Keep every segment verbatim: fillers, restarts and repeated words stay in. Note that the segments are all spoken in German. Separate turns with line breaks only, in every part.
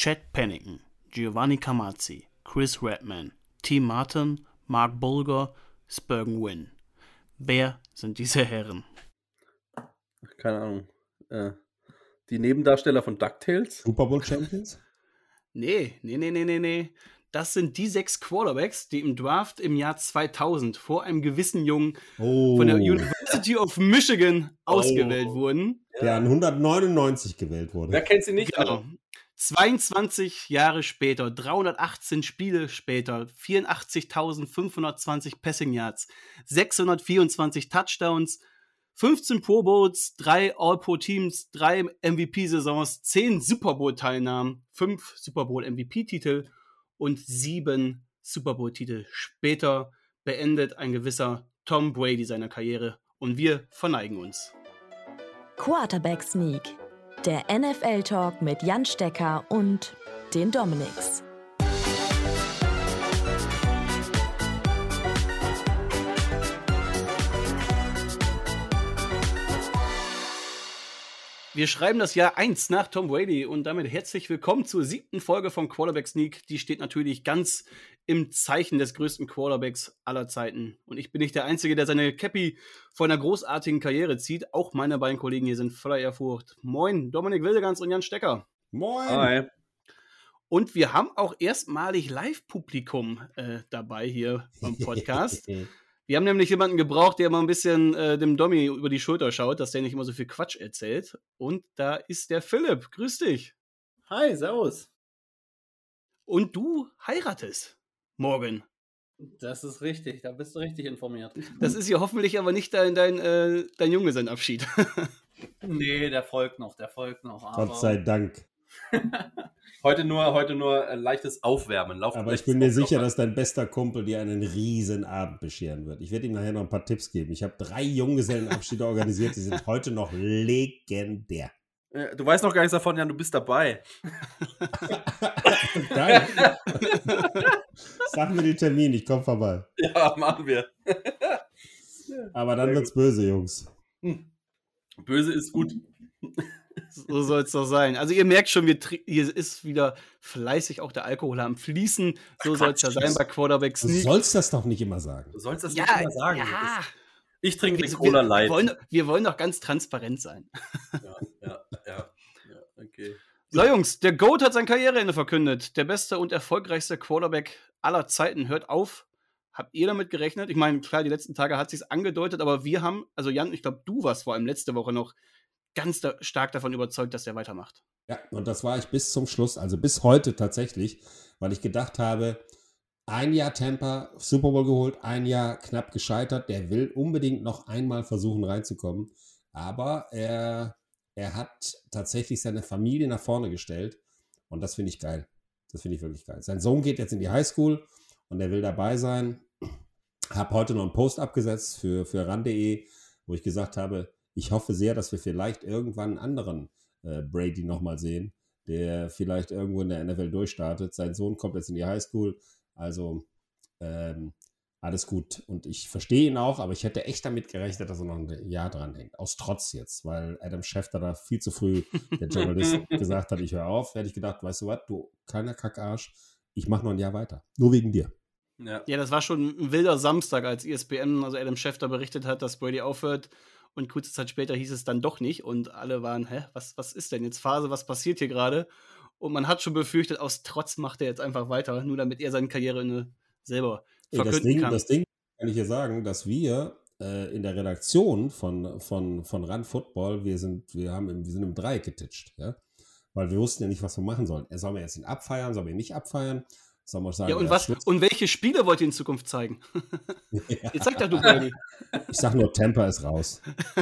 Chad Pennington, Giovanni Camazzi, Chris Redman, T. Martin, Mark Bulger, Spurgeon Wynn. Wer sind diese Herren?
Keine Ahnung. Äh, die Nebendarsteller von DuckTales?
Super Bowl Champions?
Nee, nee, nee, nee, nee, nee. Das sind die sechs Quarterbacks, die im Draft im Jahr zweitausend vor einem gewissen Jungen
oh.
von der University of Michigan ausgewählt
oh.
wurden.
Der an hundertneunundneunzig gewählt wurde.
Wer kennt sie nicht?
Genau. zweiundzwanzig Jahre später, dreihundertachtzehn Spiele später, vierundachtzigtausendfünfhundertzwanzig Passing Yards, sechshundertvierundzwanzig Touchdowns, fünfzehn Pro Bowls, drei All-Pro-Teams, drei M V P-Saisons, zehn Super Bowl-Teilnahmen, fünf Super Bowl-M V P-Titel und sieben Super Bowl-Titel später beendet ein gewisser Tom Brady seine Karriere und wir verneigen uns.
Quarterback Sneak, der N F L-Talk mit Jan Stecker und den Dominics.
Wir schreiben das Jahr eins nach Tom Brady und damit herzlich willkommen zur siebten Folge von Quarterback Sneak. Die steht natürlich ganz im Zeichen des größten Quarterbacks aller Zeiten. Und ich bin nicht der Einzige, der seine Cappy vor einer großartigen Karriere zieht. Auch meine beiden Kollegen hier sind voller Ehrfurcht. Moin, Dominik Wildegans und Jan Stecker.
Moin.
Hi.
Und wir haben auch erstmalig Live-Publikum äh, dabei hier beim Podcast. Wir haben nämlich jemanden gebraucht, der mal ein bisschen äh, dem Dommi über die Schulter schaut, dass der nicht immer so viel Quatsch erzählt. Und da ist der Philipp. Grüß dich.
Hi, servus.
Und du heiratest morgen.
Das ist richtig, da bist du richtig informiert.
Das ist ja hoffentlich aber nicht dein, dein, äh, dein Junggesellenabschied.
Nee, der folgt noch, der folgt noch. Aber
Gott sei Dank.
heute nur, heute nur ein leichtes Aufwärmen. Lauf
Aber ich bin mir sicher, dass dein bester Kumpel dir einen riesen Abend bescheren wird. Ich werde ihm nachher noch ein paar Tipps geben. Ich habe drei Junggesellenabschiede organisiert, die sind heute noch legendär.
Du weißt noch gar nichts davon, Jan, du bist dabei.
Geil. Sag mir den Termin, ich komme vorbei.
Ja, machen wir.
Aber dann wird's böse, Jungs.
Böse ist gut.
So soll es doch sein. Also ihr merkt schon, wir tr- hier ist wieder fleißig auch der Alkohol am Fließen. So soll es ja sein bei Quarterback
Du
Sneak.
sollst das doch nicht immer sagen.
Du sollst das
Ja,
nicht immer sagen.
ja.
Ich trinke
Wir,
die Cola
wir,
Light.
wollen, wir wollen doch ganz transparent sein.
Ja, ja, ja, ja, okay.
So Jungs, der GOAT hat sein Karriereende verkündet. Der beste und erfolgreichste Quarterback aller Zeiten hört auf. Habt ihr damit gerechnet? Ich meine, klar, die letzten Tage hat sich's angedeutet, aber wir haben, also Jan, ich glaube, du warst vor allem letzte Woche noch ganz da, stark davon überzeugt, dass er weitermacht.
Ja, und das war ich bis zum Schluss, also bis heute tatsächlich, weil ich gedacht habe, ein Jahr Tampa, Super Bowl geholt, ein Jahr knapp gescheitert, der will unbedingt noch einmal versuchen reinzukommen, aber er, er hat tatsächlich seine Familie nach vorne gestellt und das finde ich geil. Das finde ich wirklich geil. Sein Sohn geht jetzt in die Highschool und er will dabei sein. Habe heute noch einen Post abgesetzt für, für ran punkt de, wo ich gesagt habe, ich hoffe sehr, dass wir vielleicht irgendwann einen anderen äh, Brady nochmal sehen, der vielleicht irgendwo in der N F L durchstartet. Sein Sohn kommt jetzt in die Highschool, also ähm, alles gut. Und ich verstehe ihn auch, aber ich hätte echt damit gerechnet, dass er noch ein Jahr dran hängt. Aus Trotz jetzt, weil Adam Schefter da viel zu früh, der Journalist, gesagt hat, ich höre auf. Hätte ich gedacht, weißt du was, du kleiner Kackarsch, ich mache noch ein Jahr weiter. Nur wegen dir.
Ja.
Ja, das war schon ein wilder Samstag, als E S P N, also Adam Schefter, berichtet hat, dass Brady aufhört. Und kurze Zeit später hieß es dann doch nicht. Und alle waren, hä, was, was ist denn jetzt Phase? Was passiert hier gerade? Und man hat schon befürchtet, aus Trotz macht er jetzt einfach weiter, nur damit er seine Karriere selber
Ey,
verkünden
das Ding,
kann.
Das Ding kann ich hier sagen, dass wir äh, in der Redaktion von, von, von Run Football, wir sind, wir haben im, wir sind im Dreieck getitscht, ja? Weil wir wussten ja nicht, was wir machen sollen. Er soll mir jetzt ihn abfeiern, soll mir ihn nicht abfeiern? Soll man sagen,
Ja, und,
ja,
was,
Schluss?
und welche Spiele wollt ihr in Zukunft zeigen?
Ja.
Jetzt sag doch du, Brady.
Ich sag nur, Tampa ist raus.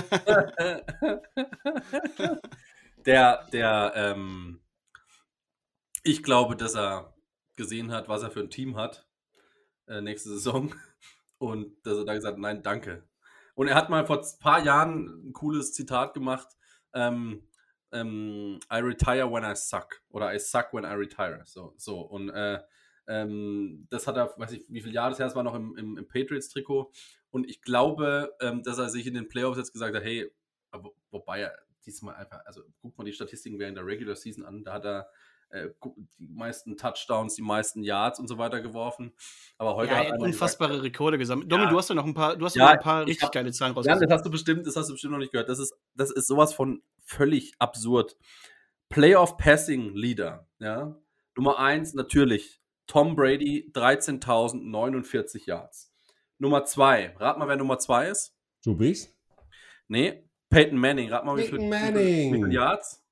Der, der, ähm, ich glaube, dass er gesehen hat, was er für ein Team hat äh, nächste Saison und dass er da gesagt hat, nein, danke. Und er hat mal vor ein paar Jahren ein cooles Zitat gemacht, ähm, ähm, I retire when I suck oder I suck when I retire. So, so. Und äh, ähm, das hat er, weiß ich, wie viele Jahre das her, das war noch im, im, im Patriots-Trikot. Und ich glaube, ähm, dass er sich in den Playoffs jetzt gesagt hat, hey, wo, wobei er diesmal einfach, also guckt mal die Statistiken während der Regular Season an, da hat er äh, die meisten Touchdowns, die meisten Yards und so weiter geworfen. Aber heute
ja,
hat
er hat
einer
unfassbare
gesagt,
Rekorde gesammelt. Domi,
Ja.
du hast ja noch ein paar, du hast
Ja,
noch ein paar
ich
richtig
hab-
geile Zahlen
Ja,
rausgesucht.
das hast du bestimmt, das hast du bestimmt noch nicht gehört. Das ist, das ist sowas von völlig absurd. Playoff Passing Leader, ja. Nummer eins natürlich Tom Brady, dreizehntausendneunundvierzig Yards. Nummer zwei, rat mal, wer Nummer zwei ist?
Du bist?
Nee, Peyton Manning, rat mal, wie viel,
Peyton
wie viel,
Manning.
wie viel Yards?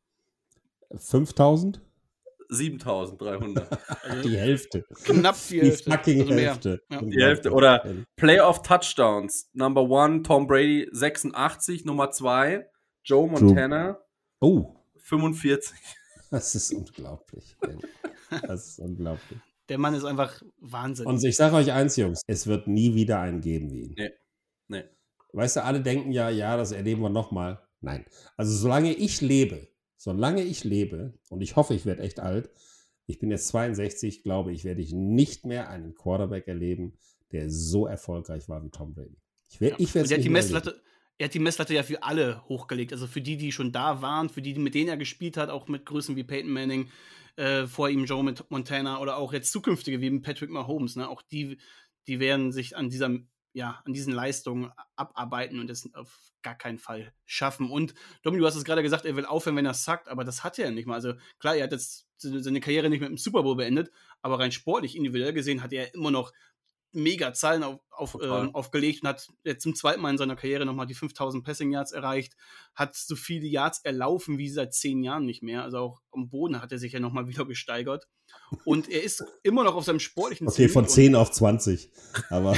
fünftausend?
siebentausenddreihundert.
Die Hälfte.
Knapp die
Die
Hälfte.
fucking
also mehr.
Hälfte.
Ja.
Die Hälfte. Oder Playoff Touchdowns. Number one, Tom Brady, sechsundachtzig. Nummer zwei, Joe Montana,
Oh,
fünfundvierzig.
das ist unglaublich. Das ist unglaublich.
Der Mann ist einfach Wahnsinn.
Und ich sage euch eins, Jungs, es wird nie wieder einen geben wie ihn.
Nee. Nee.
Weißt du, alle denken ja, ja, das erleben wir nochmal. Nein. Also solange ich lebe, solange ich lebe, und ich hoffe, ich werde echt alt, ich bin jetzt zweiundsechzig, glaube ich, werde ich nicht mehr einen Quarterback erleben, der so erfolgreich war wie Tom Brady. Ich werde
Ja.
ich werde
Und er hat
nicht
die
mehr
Messlatte, er hat die Messlatte ja für alle hochgelegt. Also für die, die schon da waren, für die, mit denen er gespielt hat, auch mit Größen wie Peyton Manning, äh, vor ihm Joe Montana oder auch jetzt zukünftige wie Patrick Mahomes. Ne? Auch die, die werden sich an dieser, ja, an diesen Leistungen abarbeiten und das auf gar keinen Fall schaffen. Und Domi, du hast es gerade gesagt, er will aufhören, wenn er sackt, aber das hat er nicht mal. Also klar, er hat jetzt seine Karriere nicht mit dem Super Bowl beendet, aber rein sportlich, individuell gesehen, hat er immer noch mega Zahlen auf, auf, ähm, aufgelegt und hat jetzt zum zweiten Mal in seiner Karriere nochmal die fünftausend Passing Yards erreicht, hat so viele Yards erlaufen wie seit zehn Jahren nicht mehr, also auch am Boden hat er sich ja nochmal wieder gesteigert und er ist immer noch auf seinem sportlichen
Okay, von zehn auf zwanzig, aber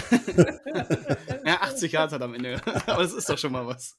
ja, achtzig Yards hat er am Ende, aber das ist doch schon mal was.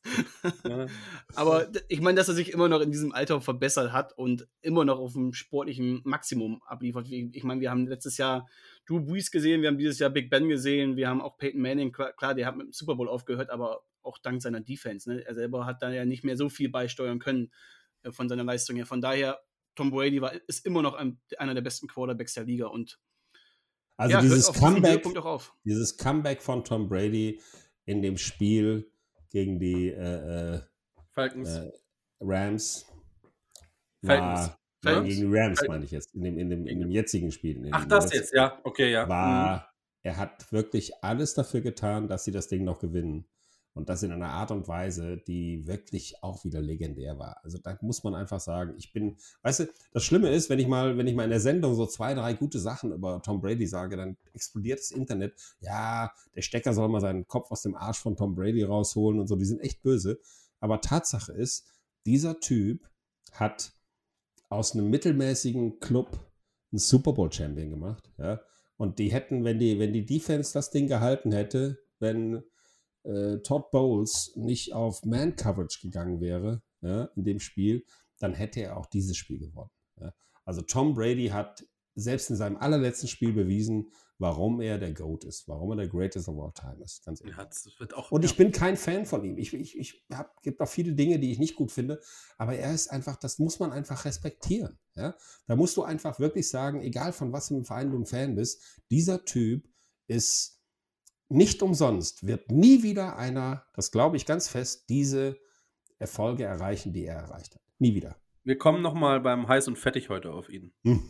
Aber ich meine, dass er sich immer noch in diesem Alter verbessert hat und immer noch auf dem sportlichen Maximum abliefert. Ich meine, wir haben letztes Jahr Drew Brees gesehen, wir haben dieses Jahr Big Ben gesehen, wir haben auch Peyton Manning, klar, der hat mit dem Super Bowl aufgehört, aber auch dank seiner Defense. Ne? Er selber hat da ja nicht mehr so viel beisteuern können äh, von seiner Leistung her. Von daher, Tom Brady war, ist immer noch ein, einer der besten Quarterbacks der Liga und
also
ja,
dieses
hört auf diesen
Comeback,
Höhepunkt auch auf.
dieses Comeback von Tom Brady in dem Spiel gegen die äh,
Falcons.
äh, Rams
Falcons.
war, nein,
Rams?
gegen die Rams
Falcons.
meine ich jetzt, in dem, in dem, in dem jetzigen Spiel. In dem
Ach, das
letzten-
jetzt, ja. Okay, ja. Mhm.
war, er hat wirklich alles dafür getan, dass sie das Ding noch gewinnen. Und das in einer Art und Weise, die wirklich auch wieder legendär war. Also da muss man einfach sagen, ich bin, weißt du, das Schlimme ist, wenn ich mal, wenn ich mal in der Sendung so zwei, drei gute Sachen über Tom Brady sage, dann explodiert das Internet. Ja, der Stecker soll mal seinen Kopf aus dem Arsch von Tom Brady rausholen und so, die sind echt böse. Aber Tatsache ist, dieser Typ hat aus einem mittelmäßigen Club einen Super Bowl Champion gemacht, ja. Und die hätten, wenn die, wenn die Defense das Ding gehalten hätte, wenn äh, Todd Bowles nicht auf Man-Coverage gegangen wäre, ja, in dem Spiel, dann hätte er auch dieses Spiel gewonnen. Ja. Also Tom Brady hat selbst in seinem allerletzten Spiel bewiesen, warum er der GOAT ist, warum er der Greatest of all time ist. Ganz ehrlich.
Ja, das wird auch,
Und
ja.
ich bin kein Fan von ihm. Ich, ich, ich hab, gibt auch viele Dinge, die ich nicht gut finde, aber er ist einfach, das muss man einfach respektieren. Ja? Da musst du einfach wirklich sagen, egal von was für einem Verein du ein Fan bist, dieser Typ ist nicht umsonst, wird nie wieder einer, das glaube ich ganz fest, diese Erfolge erreichen, die er erreicht hat. Nie wieder.
Wir kommen nochmal beim Heiß und Fettig heute auf ihn.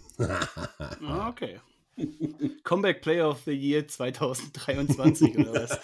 Ah, okay. Comeback Player of the Year zwanzig dreiundzwanzig oder was?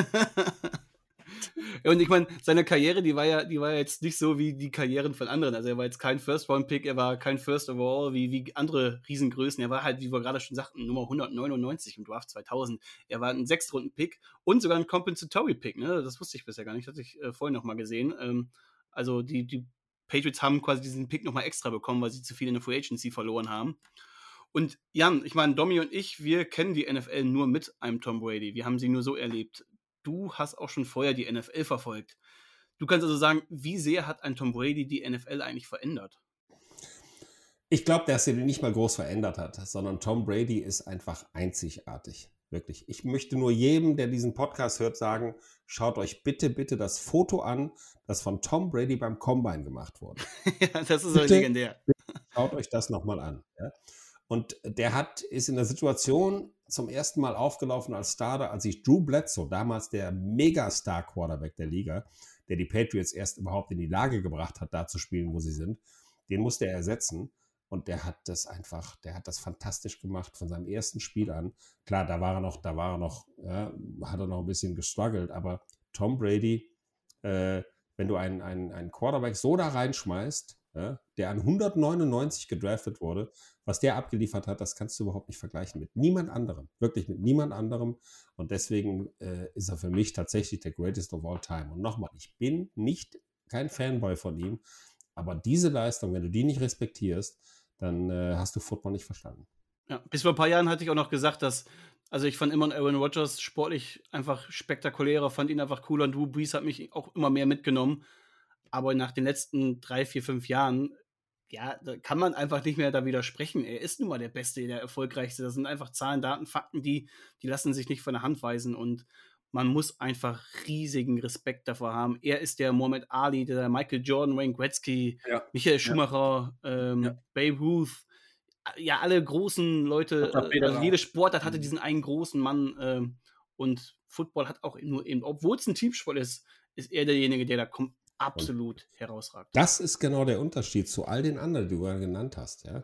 Und ich meine, seine Karriere, die war ja, die war ja jetzt nicht so wie die Karrieren von anderen. Also er war jetzt kein First-Round-Pick, er war kein First Overall wie, wie andere Riesengrößen. Er war halt, wie wir gerade schon sagten, Nummer hundertneunundneunzig im Draft zweitausend. Er war ein Sechstrunden-Pick und sogar ein Compensatory-Pick. Ne? Das wusste ich bisher gar nicht, das hatte ich äh, vorhin nochmal gesehen. Ähm, also die, die Patriots haben quasi diesen Pick nochmal extra bekommen, weil sie zu viel in der Free Agency verloren haben. Und Jan, ich meine, Domi und ich, wir kennen die N F L nur mit einem Tom Brady. Wir haben sie nur so erlebt. Du hast auch schon vorher die N F L verfolgt. Du kannst also sagen, wie sehr hat ein Tom Brady die N F L eigentlich verändert?
Ich glaube, dass er den nicht mal groß verändert hat, sondern Tom Brady ist einfach einzigartig. Wirklich. Ich möchte nur jedem, der diesen Podcast hört, sagen, schaut euch bitte, bitte das Foto an, das von Tom Brady beim Combine gemacht wurde.
Ja, das ist so
Bitte?
legendär.
Schaut euch das nochmal an. Ja? Und der hat, ist in der Situation zum ersten Mal aufgelaufen als Starter, als sich Drew Bledsoe, damals der Megastar-Quarterback der Liga, der die Patriots erst überhaupt in die Lage gebracht hat, da zu spielen, wo sie sind, den musste er ersetzen. Und der hat das einfach, der hat das fantastisch gemacht von seinem ersten Spiel an. Klar, da war er noch, da war er noch, ja, hat er noch ein bisschen gestruggelt, aber Tom Brady, äh, wenn du einen, einen, einen Quarterback so da reinschmeißt, ja, der an hundertneunundneunzig gedraftet wurde, was der abgeliefert hat, das kannst du überhaupt nicht vergleichen mit niemand anderem. Wirklich mit niemand anderem. Und deswegen äh, ist er für mich tatsächlich der Greatest of all time. Und nochmal, ich bin nicht kein Fanboy von ihm, aber diese Leistung, wenn du die nicht respektierst, dann äh, hast du Football nicht verstanden.
Ja, bis vor ein paar Jahren hatte ich auch noch gesagt, dass, also ich fand immer Aaron Rodgers sportlich einfach spektakulärer, fand ihn einfach cooler und Drew Brees hat mich auch immer mehr mitgenommen. Aber nach den letzten drei, vier, fünf Jahren, ja, da kann man einfach nicht mehr da widersprechen. Er ist nun mal der Beste, der Erfolgreichste. Das sind einfach Zahlen, Daten, Fakten, die, die lassen sich nicht von der Hand weisen und man muss einfach riesigen Respekt davor haben. Er ist der Muhammad Ali, der Michael Jordan, Wayne Gretzky,
Ja.
Michael Schumacher, ja. Ähm, ja. Babe Ruth. Ja, alle großen Leute, also jede Sportart hatte diesen einen großen Mann ähm, und Football hat auch nur eben, obwohl es ein Teamsport ist, ist er derjenige, der da kommt, absolut und herausragt.
Das ist genau der Unterschied zu all den anderen, die du ja genannt hast, ja.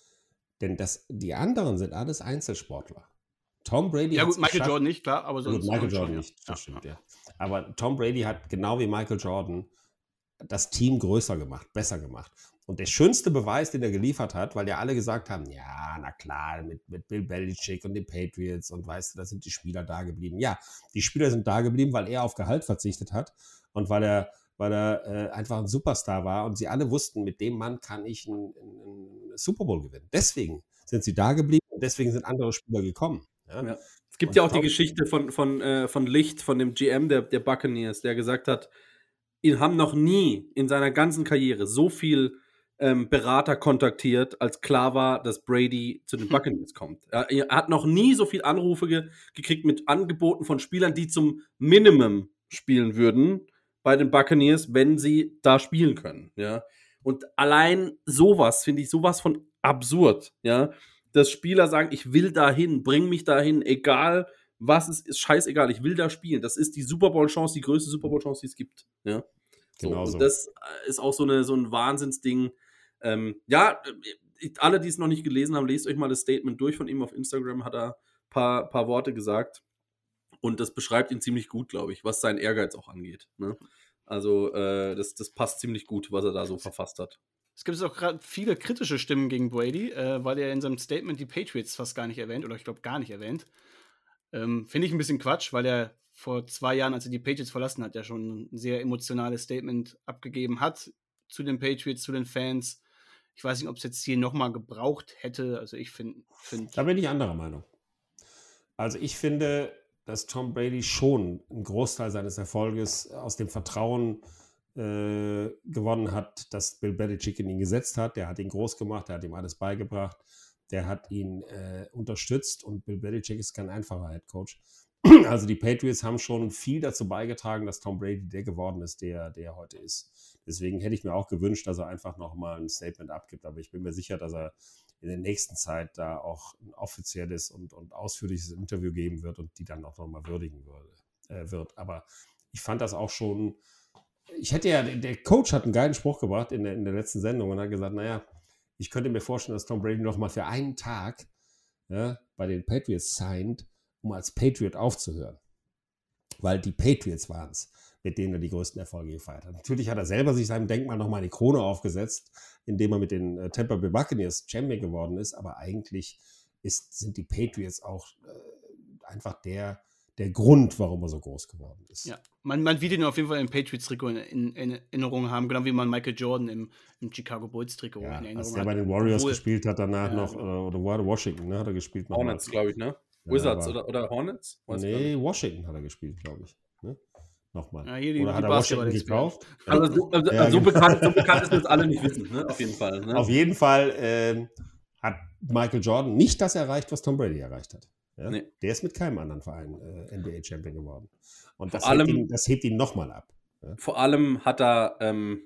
Denn das, die anderen sind alles Einzelsportler. Tom Brady
ja gut, Michael geschafft, Jordan nicht, klar, aber sonst
gut, Michael Jordan
schon,
nicht,
ja.
das stimmt, ja. Aber Tom Brady hat genau wie Michael Jordan das Team größer gemacht, besser gemacht. Und der schönste Beweis, den er geliefert hat, weil ja alle gesagt haben, ja, na klar, mit, mit Bill Belichick und den Patriots und weißt du, da sind die Spieler da geblieben. Ja, die Spieler sind da geblieben, weil er auf Gehalt verzichtet hat und weil er, weil er äh, einfach ein Superstar war und sie alle wussten, mit dem Mann kann ich einen, einen Super Bowl gewinnen. Deswegen sind sie da geblieben und deswegen sind andere Spieler gekommen. Ja?
Ja. Es gibt und ja auch die Geschichte von, von, äh, von Licht, von dem G M der, der Buccaneers, der gesagt hat, ihn haben noch nie in seiner ganzen Karriere so viel ähm, Berater kontaktiert, als klar war, dass Brady zu den Buccaneers kommt. Er, er hat noch nie so viel Anrufe ge- gekriegt mit Angeboten von Spielern, die zum Minimum spielen würden bei den Buccaneers, wenn sie da spielen können. Ja? Und allein sowas, finde ich sowas von absurd, ja, dass Spieler sagen, ich will dahin, bring mich dahin, egal was es ist, scheißegal, ich will da spielen. Das ist die Super Bowl-Chance, die größte Super Bowl-Chance, die es gibt. Ja? So, genau so. Und das ist auch so, eine, so ein Wahnsinnsding. Ähm, ja, alle, die es noch nicht gelesen haben, lest euch mal das Statement durch von ihm auf Instagram, hat er ein paar, paar Worte gesagt. Und das beschreibt ihn ziemlich gut, glaube ich, was seinen Ehrgeiz auch angeht. Ne? Also äh, das, das passt ziemlich gut, was er da so verfasst hat.
Es gibt auch gerade viele kritische Stimmen gegen Brady, äh, weil er in seinem Statement die Patriots fast gar nicht erwähnt, oder ich glaube gar nicht erwähnt. Ähm, Finde ich ein bisschen Quatsch, weil er vor zwei Jahren, als er die Patriots verlassen hat, ja schon ein sehr emotionales Statement abgegeben hat zu den Patriots, zu den Fans. Ich weiß nicht, ob es jetzt hier nochmal gebraucht hätte. Also ich finde... Find
da bin ich anderer Meinung. Also ich finde, dass Tom Brady schon einen Großteil seines Erfolges aus dem Vertrauen äh, gewonnen hat, das Bill Belichick in ihn gesetzt hat. Der hat ihn groß gemacht, der hat ihm alles beigebracht, der hat ihn äh, unterstützt und Bill Belichick ist kein einfacher Headcoach. Also die Patriots haben schon viel dazu beigetragen, dass Tom Brady der geworden ist, der, der er heute ist. Deswegen hätte ich mir auch gewünscht, dass er einfach nochmal ein Statement abgibt. Aber ich bin mir sicher, dass er in der nächsten Zeit da auch ein offizielles und, und ausführliches Interview geben wird und die dann auch nochmal würdigen würde, äh, wird. Aber ich fand das auch schon, ich hätte ja, der Coach hat einen geilen Spruch gebracht in der, in der letzten Sendung und hat gesagt, naja, ich könnte mir vorstellen, dass Tom Brady nochmal für einen Tag ja, bei den Patriots signed, um als Patriot aufzuhören. Weil die Patriots waren es, mit denen er die größten Erfolge gefeiert hat. Natürlich hat er selber sich seinem Denkmal nochmal eine Krone aufgesetzt, indem er mit den äh, Tampa Bay Buccaneers Champion geworden ist, aber eigentlich ist, sind die Patriots auch äh, einfach der, der Grund, warum er so groß geworden ist.
Ja, man, man wird ihn auf jeden Fall im Patriots-Trikot in, in, in Erinnerung haben, genau wie man Michael Jordan im, im Chicago Bulls-Trikot
ja,
in Erinnerung
als der
hat.
bei den Warriors
Obwohl,
gespielt hat, danach
ja,
noch,
genau.
oder war Washington, ne, hat er gespielt. Noch
Hornets, glaube ich, ne?
Ja,
Wizards oder, oder Hornets?
Weiß nee, Washington hat er gespielt, glaube ich. Ne? Nochmal.
Ja, hier die,
oder
die
hat er Washington gekauft?
Also, so, also,
ja,
also so,
genau.
bekannt, so bekannt ist das alle nicht wissen, ne? Auf jeden Fall. Ne?
Auf jeden Fall äh, hat Michael Jordan nicht das erreicht, was Tom Brady erreicht hat. Ja? Nee. Der ist mit keinem anderen Verein äh, N B A-Champion geworden. Und das, allem, hebt ihn, das hebt ihn nochmal ab. Ja?
Vor allem hat er ähm,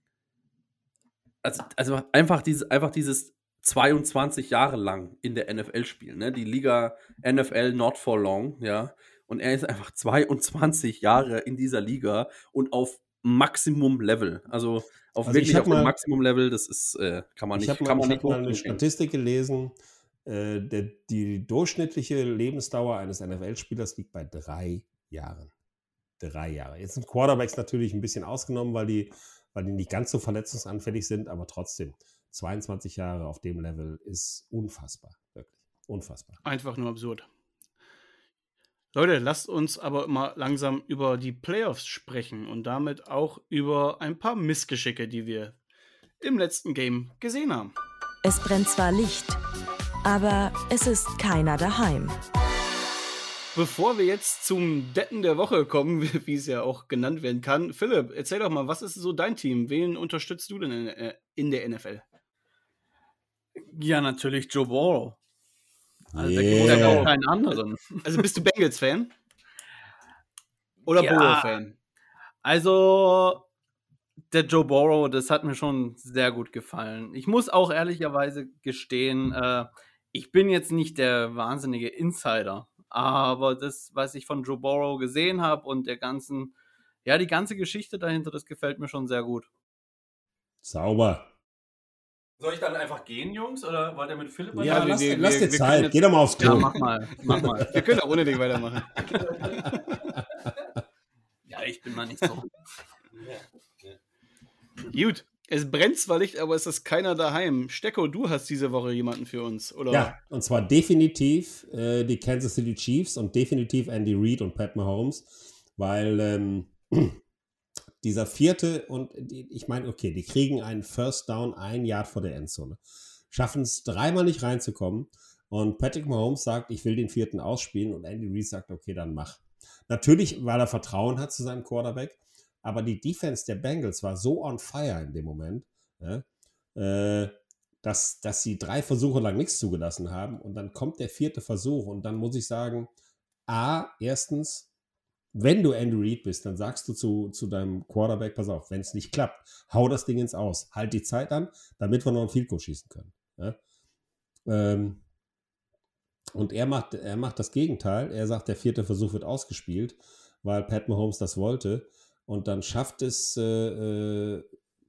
also, also einfach, dieses, einfach dieses zweiundzwanzig Jahre lang in der N F L spielen. Ne? Die Liga N F L not for long, ja. Und er ist einfach zweiundzwanzig Jahre in dieser Liga und auf Maximum-Level. Also auf
Also ich
wirklich
hab
auf dem
mal-
Maximum-Level, das ist, äh, kann man
Ich
nicht,
habe
kann
mal,
man
ich
nicht
hab mal eine
hoch bringen.
Statistik gelesen, äh, der, die durchschnittliche Lebensdauer eines N F L-Spielers liegt bei drei Jahren. Drei Jahre. Jetzt sind Quarterbacks natürlich ein bisschen ausgenommen, weil die, weil die nicht ganz so verletzungsanfällig sind, aber trotzdem, zweiundzwanzig Jahre auf dem Level ist unfassbar. Wirklich. Unfassbar.
Einfach nur absurd. Leute, lasst uns aber mal langsam über die Playoffs sprechen und damit auch über ein paar Missgeschicke, die wir im letzten Game gesehen haben.
Es brennt zwar Licht, aber es ist keiner daheim.
Bevor wir jetzt zum Deppen der Woche kommen, wie es ja auch genannt werden kann, Philipp, erzähl doch mal, was ist so dein Team? Wen unterstützt du denn in, äh, in der N F L?
Ja, natürlich Joe Burrow. Also
Yeah.
da gibt es ja auch keinen anderen.
Also bist du Bengals-Fan? Oder
Ja.
Burrow-Fan?
Also der Joe Burrow, das hat mir schon sehr gut gefallen. Ich muss auch ehrlicherweise gestehen, äh, ich bin jetzt nicht der wahnsinnige Insider, aber das, was ich von Joe Burrow gesehen habe und der ganzen, ja, die ganze Geschichte dahinter, das gefällt mir schon sehr gut.
Sauber.
Soll ich dann einfach gehen, Jungs? Oder wollt ihr mit Philipp
Ja,
wir-
lass,
wir-
lass
wir-
dir
wir
Zeit.
können jetzt-
Geh doch mal aufs
Ja,
Klo.
mach mal, mach mal.
Wir können auch ohne dich weitermachen.
Ja, ich bin mal nicht so.
Gut, es brennt zwar Licht, aber es ist keiner daheim. Stecko, du hast diese Woche jemanden für uns, oder?
Ja, und zwar definitiv äh, die Kansas City Chiefs und definitiv Andy Reid und Pat Mahomes, weil ähm, dieser vierte und die, ich meine, okay, die kriegen einen First Down ein Yard vor der Endzone, schaffen es dreimal nicht reinzukommen und Patrick Mahomes sagt, ich will den vierten ausspielen und Andy Reid sagt, okay, dann mach. Natürlich, weil er Vertrauen hat zu seinem Quarterback, aber die Defense der Bengals war so on fire in dem Moment, ja, äh, dass, dass sie drei Versuche lang nichts zugelassen haben und dann kommt der vierte Versuch und dann muss ich sagen, A, erstens, wenn du Andy Reid bist, dann sagst du zu, zu deinem Quarterback, pass auf, wenn es nicht klappt, hau das Ding ins Aus, halt die Zeit an, damit wir noch ein Field Goal schießen können. Ja? Ähm, und er macht, er macht das Gegenteil, er sagt, der vierte Versuch wird ausgespielt, weil Pat Mahomes das wollte und dann schafft es äh, äh,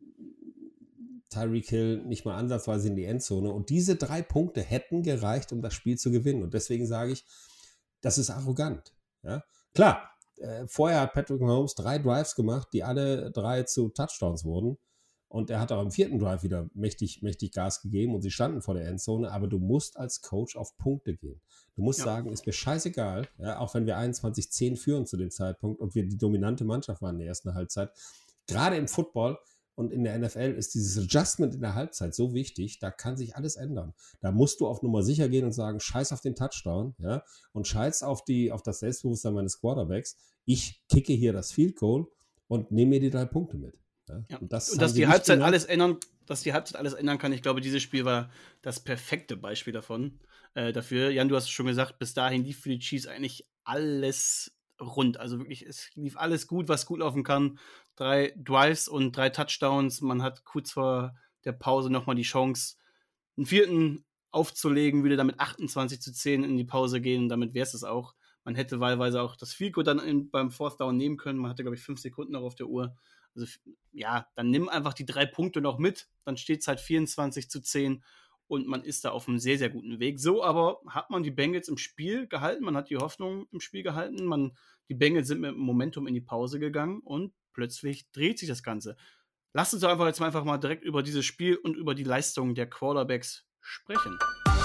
Tyreek Hill nicht mal ansatzweise in die Endzone. Und diese drei Punkte hätten gereicht, um das Spiel zu gewinnen. Und deswegen sage ich, das ist arrogant. Ja? Klar, äh, vorher hat Patrick Mahomes drei Drives gemacht, die alle drei zu Touchdowns wurden. Und er hat auch im vierten Drive wieder mächtig, mächtig Gas gegeben und sie standen vor der Endzone. Aber du musst als Coach auf Punkte gehen. Du musst
Ja.
sagen, ist mir scheißegal, ja, auch wenn wir einundzwanzig zehn führen zu dem Zeitpunkt und wir die dominante Mannschaft waren in der ersten Halbzeit. Gerade im Football und in der N F L ist dieses Adjustment in der Halbzeit so wichtig, da kann sich alles ändern. Da musst du auf Nummer sicher gehen und sagen, scheiß auf den Touchdown, ja, und scheiß auf, die, auf das Selbstbewusstsein meines Quarterbacks. Ich kicke hier das Field Goal und nehme mir die drei Punkte mit. Ja.
Ja.
Und, das
Und
haben
dass
sie
die
nicht
Halbzeit
gemacht.
alles ändern, dass die Halbzeit alles ändern kann, ich glaube, dieses Spiel war das perfekte Beispiel davon. Äh, dafür, Jan, du hast es schon gesagt, bis dahin lief für die Chiefs eigentlich alles rund. Also wirklich, es lief alles gut, was gut laufen kann. Drei Drives und drei Touchdowns. Man hat kurz vor der Pause nochmal die Chance, einen vierten aufzulegen, würde damit achtundzwanzig zu zehn in die Pause gehen und damit wäre es es auch. Man hätte wahlweise auch das Field Goal dann in, beim Fourth Down nehmen können. Man hatte, glaube ich, fünf Sekunden noch auf der Uhr. Also ja, dann nimm einfach die drei Punkte noch mit. Dann steht es halt vierundzwanzig zu zehn und man ist da auf einem sehr, sehr guten Weg. So aber hat man die Bengals im Spiel gehalten. Man hat die Hoffnung im Spiel gehalten. Man, die Bengals sind mit dem Momentum in die Pause gegangen und plötzlich dreht sich das Ganze. Lasst uns doch einfach jetzt mal einfach mal direkt über dieses Spiel und über die Leistung der Quarterbacks sprechen.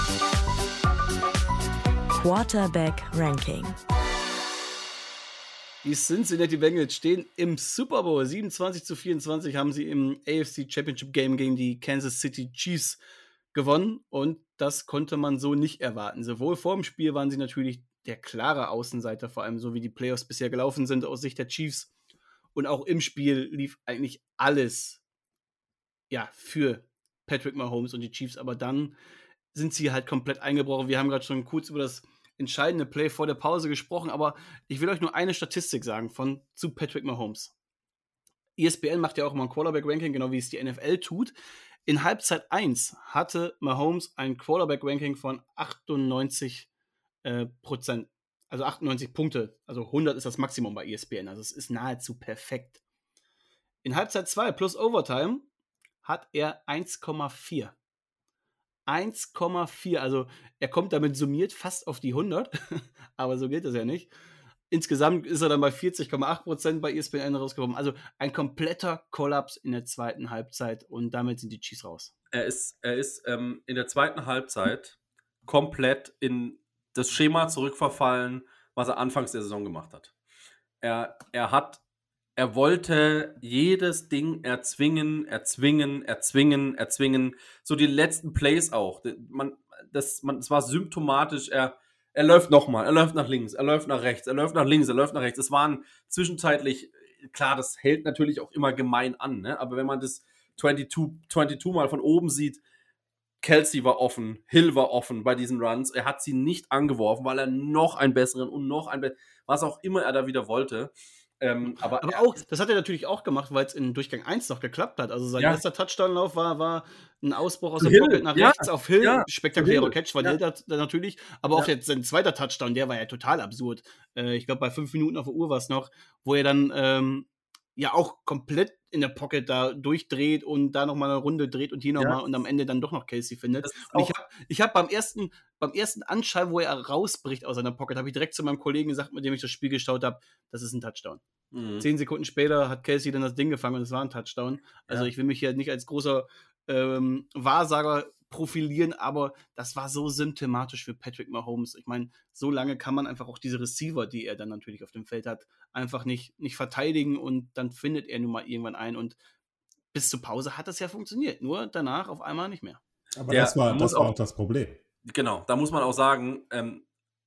Quarterback Ranking.
Die Cincinnati Bengals stehen im Super Bowl. siebenundzwanzig zu vierundzwanzig haben sie im A F C Championship Game gegen die Kansas City Chiefs gewonnen. Und das konnte man so nicht erwarten. Sowohl vor dem Spiel waren sie natürlich der klare Außenseiter, vor allem so wie die Playoffs bisher gelaufen sind aus Sicht der Chiefs. Und auch im Spiel lief eigentlich alles ja, für Patrick Mahomes und die Chiefs. Aber dann sind sie halt komplett eingebrochen. Wir haben gerade schon kurz über das entscheidende Play vor der Pause gesprochen, aber ich will euch nur eine Statistik sagen von zu Patrick Mahomes. E S P N macht ja auch immer ein Quarterback-Ranking, genau wie es die N F L tut. In Halbzeit eins hatte Mahomes ein Quarterback-Ranking von achtundneunzig äh, Prozent, also achtundneunzig Punkte. Also hundert ist das Maximum bei E S P N, also es ist nahezu perfekt. In Halbzeit zwei plus Overtime hat er eins Komma vier. eins Komma vier, also er kommt damit summiert fast auf die hundert, aber so geht das ja nicht. Insgesamt ist er dann bei vierzig Komma acht Prozent bei E S P N rausgekommen. Also ein kompletter Kollaps in der zweiten Halbzeit und damit sind die Chiefs raus.
Er ist, er ist ähm, in der zweiten Halbzeit komplett in das Schema zurückverfallen, was er anfangs der Saison gemacht hat. Er, er hat, er wollte jedes Ding erzwingen, erzwingen, erzwingen, erzwingen. So die letzten Plays auch. Man, das, man, das war symptomatisch. Er Er läuft nochmal, er läuft nach links, er läuft nach rechts, er läuft nach links, er läuft nach rechts. Es waren zwischenzeitlich, klar, das hält natürlich auch immer gemein an, ne? Aber wenn man das zweiundzwanzig, zweiundzwanzig mal von oben sieht, Kelsey war offen, Hill war offen bei diesen Runs, er hat sie nicht angeworfen, weil er noch einen besseren und noch einen besseren, was auch immer er da wieder wollte. Ähm, aber
aber auch, das hat er natürlich auch gemacht, weil es in Durchgang eins noch geklappt hat. Also sein ja. erster Touchdown-Lauf war, war ein Ausbruch aus dem Pocket nach rechts ja. auf Hill. Ja. Spektakulärer Hill. Catch von ja. Hill da, da natürlich. Aber ja. auch jetzt sein zweiter Touchdown, der war ja total absurd. Äh, ich glaube, bei fünf Minuten auf der Uhr war es noch, wo er dann ähm, ja auch komplett in der Pocket da durchdreht und da nochmal eine Runde dreht und hier nochmal ja. und am Ende dann doch noch Kelsey findet. Und ich habe ich hab beim ersten beim ersten Anschein, wo er rausbricht aus seiner Pocket, habe ich direkt zu meinem Kollegen gesagt, mit dem ich das Spiel geschaut habe, das ist ein Touchdown. Mhm. Zehn Sekunden später hat Kelsey dann das Ding gefangen und es war ein Touchdown. Also ja. ich will mich hier nicht als großer ähm, Wahrsager profilieren, aber das war so symptomatisch für Patrick Mahomes. Ich meine, so lange kann man einfach auch diese Receiver, die er dann natürlich auf dem Feld hat, einfach nicht, nicht verteidigen und dann findet er nun mal irgendwann ein und bis zur Pause hat das ja funktioniert, nur danach auf einmal nicht mehr.
Aber ja, das war, das war auch das Problem.
Genau, da muss man auch sagen, ähm,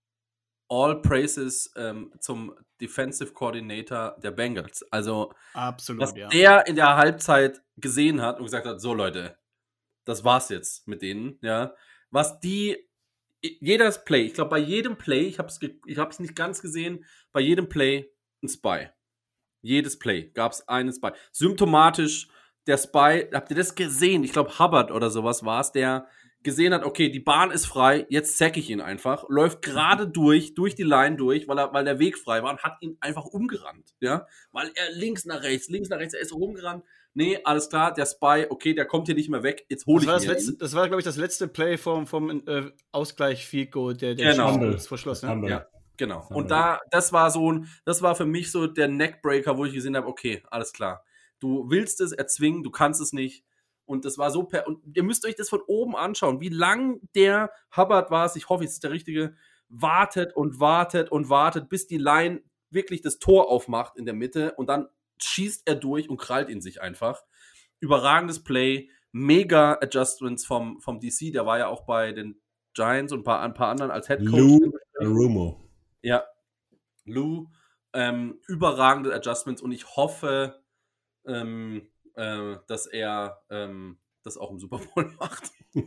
all praises ähm, zum Defensive Coordinator der Bengals. Also,
absolut,
was
ja.
der in der Halbzeit gesehen hat und gesagt hat, so Leute, das war's jetzt mit denen, ja. Was die, jedes Play, ich glaube bei jedem Play, ich habe es ich hab's nicht ganz gesehen, bei jedem Play ein Spy. Jedes Play gab es einen Spy. Symptomatisch, der Spy, habt ihr das gesehen? Ich glaube Hubbard oder sowas war es, der gesehen hat, okay, die Bahn ist frei, jetzt sack ich ihn einfach, läuft gerade durch, durch die Line durch, weil, er, weil der Weg frei war und hat ihn einfach umgerannt, ja, weil er links nach rechts, links nach rechts, er ist rumgerannt, nee, alles klar, der Spy, okay, der kommt hier nicht mehr weg, jetzt hole ich ihn.
Das, letzte, das war, glaube ich, das letzte Play vom, vom äh, Ausgleich-Field-Goal, der, der
genau.
Verschluss, ne?
Ja, genau. Und da, das war so ein, das war für mich so der Neckbreaker, wo ich gesehen habe, okay, alles klar, du willst es erzwingen, du kannst es nicht. Und das war so, per und ihr müsst euch das von oben anschauen, wie lang der Hubbard war es, ich hoffe, es ist der richtige, wartet und wartet und wartet, bis die Line wirklich das Tor aufmacht in der Mitte und dann schießt er durch und krallt ihn sich einfach. Überragendes Play, mega Adjustments vom, vom D C, der war ja auch bei den Giants und ein paar, ein paar anderen als Head Coach.
Lou Rumo.
Ja, Lou, ähm, überragende Adjustments und ich hoffe, ähm, Äh, dass er ähm, das auch im Super Bowl macht.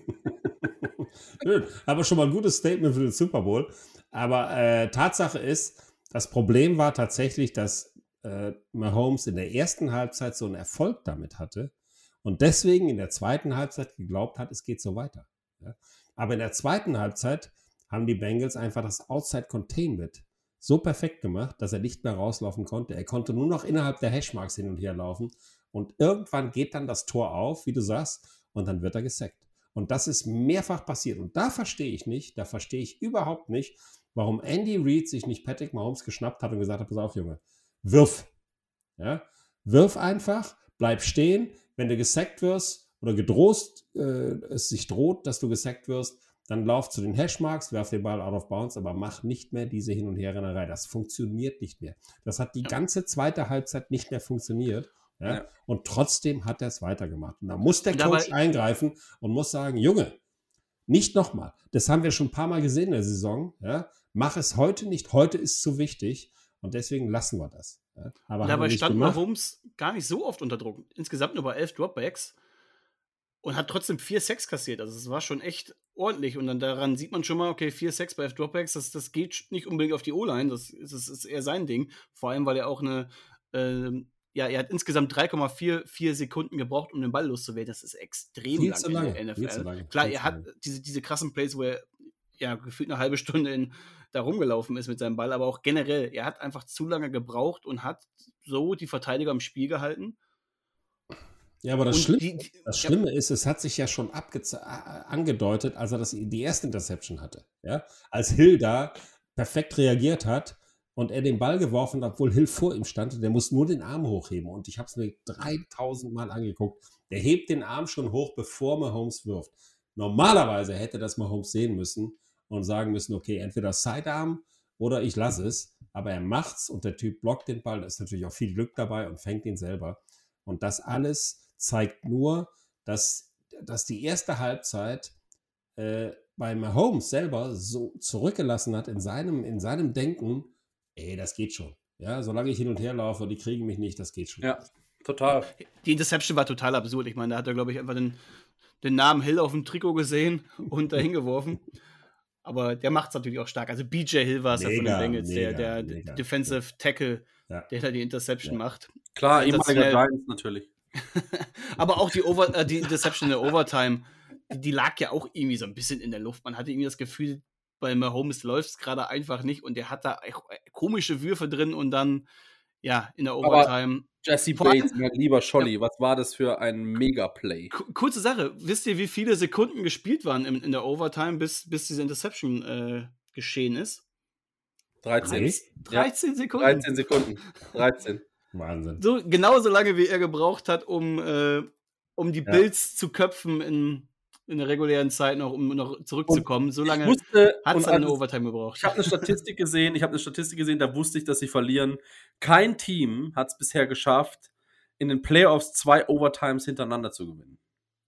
Aber schon mal ein gutes Statement für den Super Bowl. Aber äh, Tatsache ist, das Problem war tatsächlich, dass äh, Mahomes in der ersten Halbzeit so einen Erfolg damit hatte und deswegen in der zweiten Halbzeit geglaubt hat, es geht so weiter. Ja? Aber in der zweiten Halbzeit haben die Bengals einfach das Outside Containment so perfekt gemacht, dass er nicht mehr rauslaufen konnte. Er konnte nur noch innerhalb der Hashmarks hin und her laufen. Und irgendwann geht dann das Tor auf, wie du sagst, und dann wird er gesackt. Und das ist mehrfach passiert. Und da verstehe ich nicht, da verstehe ich überhaupt nicht, warum Andy Reid sich nicht Patrick Mahomes geschnappt hat und gesagt hat, pass auf, Junge, wirf. Ja? Wirf einfach, bleib stehen. Wenn du gesackt wirst oder gedroht, äh, es sich droht, dass du gesackt wirst, dann lauf zu den Hashmarks, werf den Ball out of bounds, aber mach nicht mehr diese Hin- und Herrennerei. Das funktioniert nicht mehr. Das hat die ganze zweite Halbzeit nicht mehr funktioniert. Ja? Ja. Und trotzdem hat er es weitergemacht. Und da muss der Coach eingreifen und muss sagen, Junge, nicht nochmal. Das haben wir schon ein paar Mal gesehen in der Saison. Ja? Mach es heute nicht. Heute ist zu wichtig. Und deswegen lassen wir das. Ja? Aber
dabei stand Mahomes gar nicht so oft unter Druck. Insgesamt nur bei elf Dropbacks. Und hat trotzdem vier Sacks kassiert. Also es war schon echt ordentlich. Und dann daran sieht man schon mal, okay, vier Sacks bei elf Dropbacks, das, das geht nicht unbedingt auf die O-Line. Das, das ist eher sein Ding. Vor allem, weil er auch eine äh, ja, er hat insgesamt drei Komma vierundvierzig Sekunden gebraucht, um den Ball loszuwerden. Das ist extrem
Viel
lang
zu lange.
in der N F L.
Viel zu lange.
Klar,
Viel
er
zu
hat
lange.
diese, diese krassen Plays, wo er ja gefühlt eine halbe Stunde in, da rumgelaufen ist mit seinem Ball, aber auch generell, er hat einfach zu lange gebraucht und hat so die Verteidiger im Spiel gehalten.
Ja, aber das,
Und
Schlimme,
die, die,
das
ja,
Schlimme ist, es hat sich ja schon abgeze- angedeutet, als er das, die erste Interception hatte. Ja? Als Hill da perfekt reagiert hat und er den Ball geworfen hat, obwohl Hill vor ihm stand, der muss nur den Arm hochheben. Und ich habe es mir dreitausend Mal angeguckt. Der hebt den Arm schon hoch, bevor Mahomes wirft. Normalerweise hätte das Mahomes sehen müssen und sagen müssen, okay, entweder Sidearm oder ich lasse es. Aber er macht's und der Typ blockt den Ball. Da ist natürlich auch viel Glück dabei und fängt ihn selber. Und das alles zeigt nur, dass, dass die erste Halbzeit äh, bei Mahomes selber so zurückgelassen hat in seinem, in seinem Denken, ey, das geht schon. Ja, solange ich hin und her laufe, die kriegen mich nicht, das geht schon.
Ja, total.
die Interception war total absurd. Ich meine, da hat er, glaube ich, einfach den, den Namen Hill auf dem Trikot gesehen und dahin geworfen. Aber der macht es natürlich auch stark. Also B J Hill war es ja von den
Mega,
Bengals, der,
mega,
der
mega.
Defensive Tackle,
Ja.
der da die Interception
Ja.
macht.
Klar,
Sensationell.
ehemaliger Giants natürlich.
Aber auch die, Over, äh, die Interception in der Overtime, die, die lag ja auch irgendwie so ein bisschen in der Luft. Man hatte irgendwie das Gefühl, bei Mahomes läuft es gerade einfach nicht und der hat da echt komische Würfe drin und dann, ja, in der Overtime.
Jesse
Vor allem-
Bates, mein lieber Scholli, was war das für ein Mega-Play?
Ku- Kurze Sache, wisst ihr, wie viele Sekunden gespielt waren in, in der Overtime, bis, bis diese Interception äh, geschehen ist?
dreizehn.
Echt?
dreizehn Sekunden.
dreizehn Sekunden. dreizehn.
Wahnsinn.
So, genauso lange, wie er gebraucht hat, um, äh, um die
Ja.
Bills zu köpfen in, in der regulären Zeit noch, um noch zurückzukommen. So lange
Ich wusste,
hat es
und
dann in der
als-
Overtime gebraucht.
ich habe eine Statistik gesehen, ich habe eine Statistik gesehen, da wusste ich, dass sie verlieren. Kein Team hat es bisher geschafft, in den Playoffs zwei Overtimes hintereinander zu gewinnen.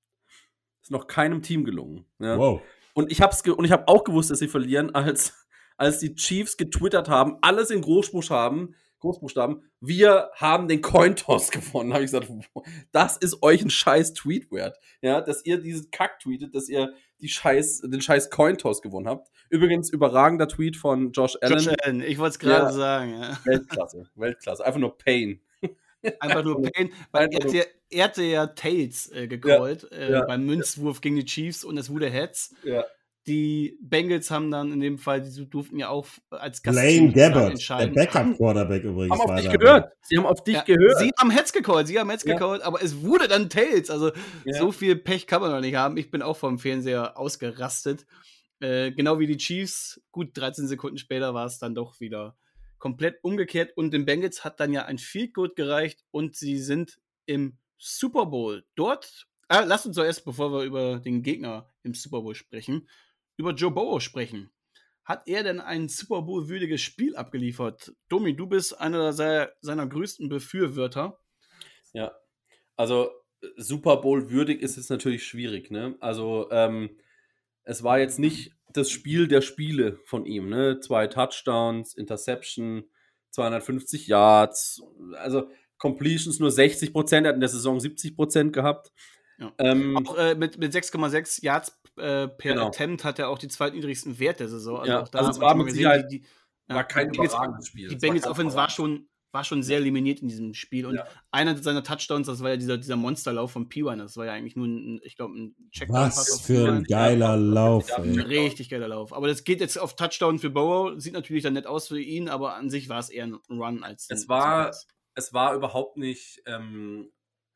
Ist noch keinem Team gelungen. Ja?
Wow.
Und ich habe und ich habe auch gewusst, dass sie verlieren, als, als die Chiefs getwittert haben, alles in Großbuchstaben, Großbuchstaben, wir haben den Cointoss gewonnen. Habe ich gesagt, das ist euch ein scheiß Tweet wert, ja, dass ihr diesen Kack tweetet, dass ihr die scheiß, den scheiß Cointoss gewonnen habt. Übrigens überragender Tweet von Josh Allen.
Josh Allen, ich wollte es gerade
Ja.
sagen. Ja.
Weltklasse, Weltklasse. Einfach nur Pain.
Einfach nur Pain, weil
Einfach
er hatte, ja, er hatte ja Tails äh, gecallt äh,
ja.
beim Münzwurf gegen die Chiefs und es wurde Heads.
Ja.
Die Bengals haben dann in dem Fall, die durften ja auch als
Blaine
Gastteam
Gabbert, der
entscheiden.
Backup-Quarterback übrigens.
Haben auf
war
dich
dabei.
gehört. Sie haben auf dich
Ja,
gehört.
Sie haben Heads gecallt, sie haben Heads
Ja.
gecallt, aber es wurde dann Tails. Also
Ja.
so viel Pech kann man noch nicht haben. Ich bin auch vom Fernseher ausgerastet. Äh, genau wie die Chiefs. Gut, dreizehn Sekunden später war es dann doch wieder komplett umgekehrt. Und den Bengals hat dann ja ein Field Goal gereicht und sie sind im Super Bowl. Dort, äh, lasst uns zuerst, bevor wir über den Gegner im Super Bowl sprechen, über Joe Burrow sprechen. Hat er denn ein Super Bowl-würdiges Spiel abgeliefert? Domi, du bist einer seiner, seiner größten Befürworter.
Ja, also Super Bowl würdig ist es natürlich schwierig, ne? Also ähm, es war jetzt nicht das Spiel der Spiele von ihm, ne? Zwei Touchdowns, Interception, zweihundertfünfzig Yards, also Completions nur sechzig Prozent, er hat in der Saison siebzig Prozent gehabt.
Ja.
Ähm,
Auch äh, mit, mit sechs Komma sechs Yards äh, per
Genau.
Attempt hat er auch die zweitniedrigsten Wert der Saison. Also
Ja,
auch da
also
hat
es
man
war
schon mal
mit
gesehen,
Sicherheit-
die, die,
war kein
die Bengals-
überragendes Spiel.
Die
Es war
Bengals
kein
Offense war
überragendes
schon, war schon sehr limitiert in diesem Spiel. Und
Ja.
einer seiner Touchdowns, das war ja dieser, dieser Monsterlauf von P eins. Das war ja eigentlich nur ein, ich glaube, ein Checkdown-Pass
Was
auf
für ein
P eins.
geiler Lauf,
Ja,
ey.
Richtig geiler Lauf. Aber das geht jetzt auf Touchdown für Burrow. Sieht natürlich dann nett aus für ihn, aber an sich war es eher ein Run als ein
Es war-
Pass.
Es war überhaupt nicht ähm,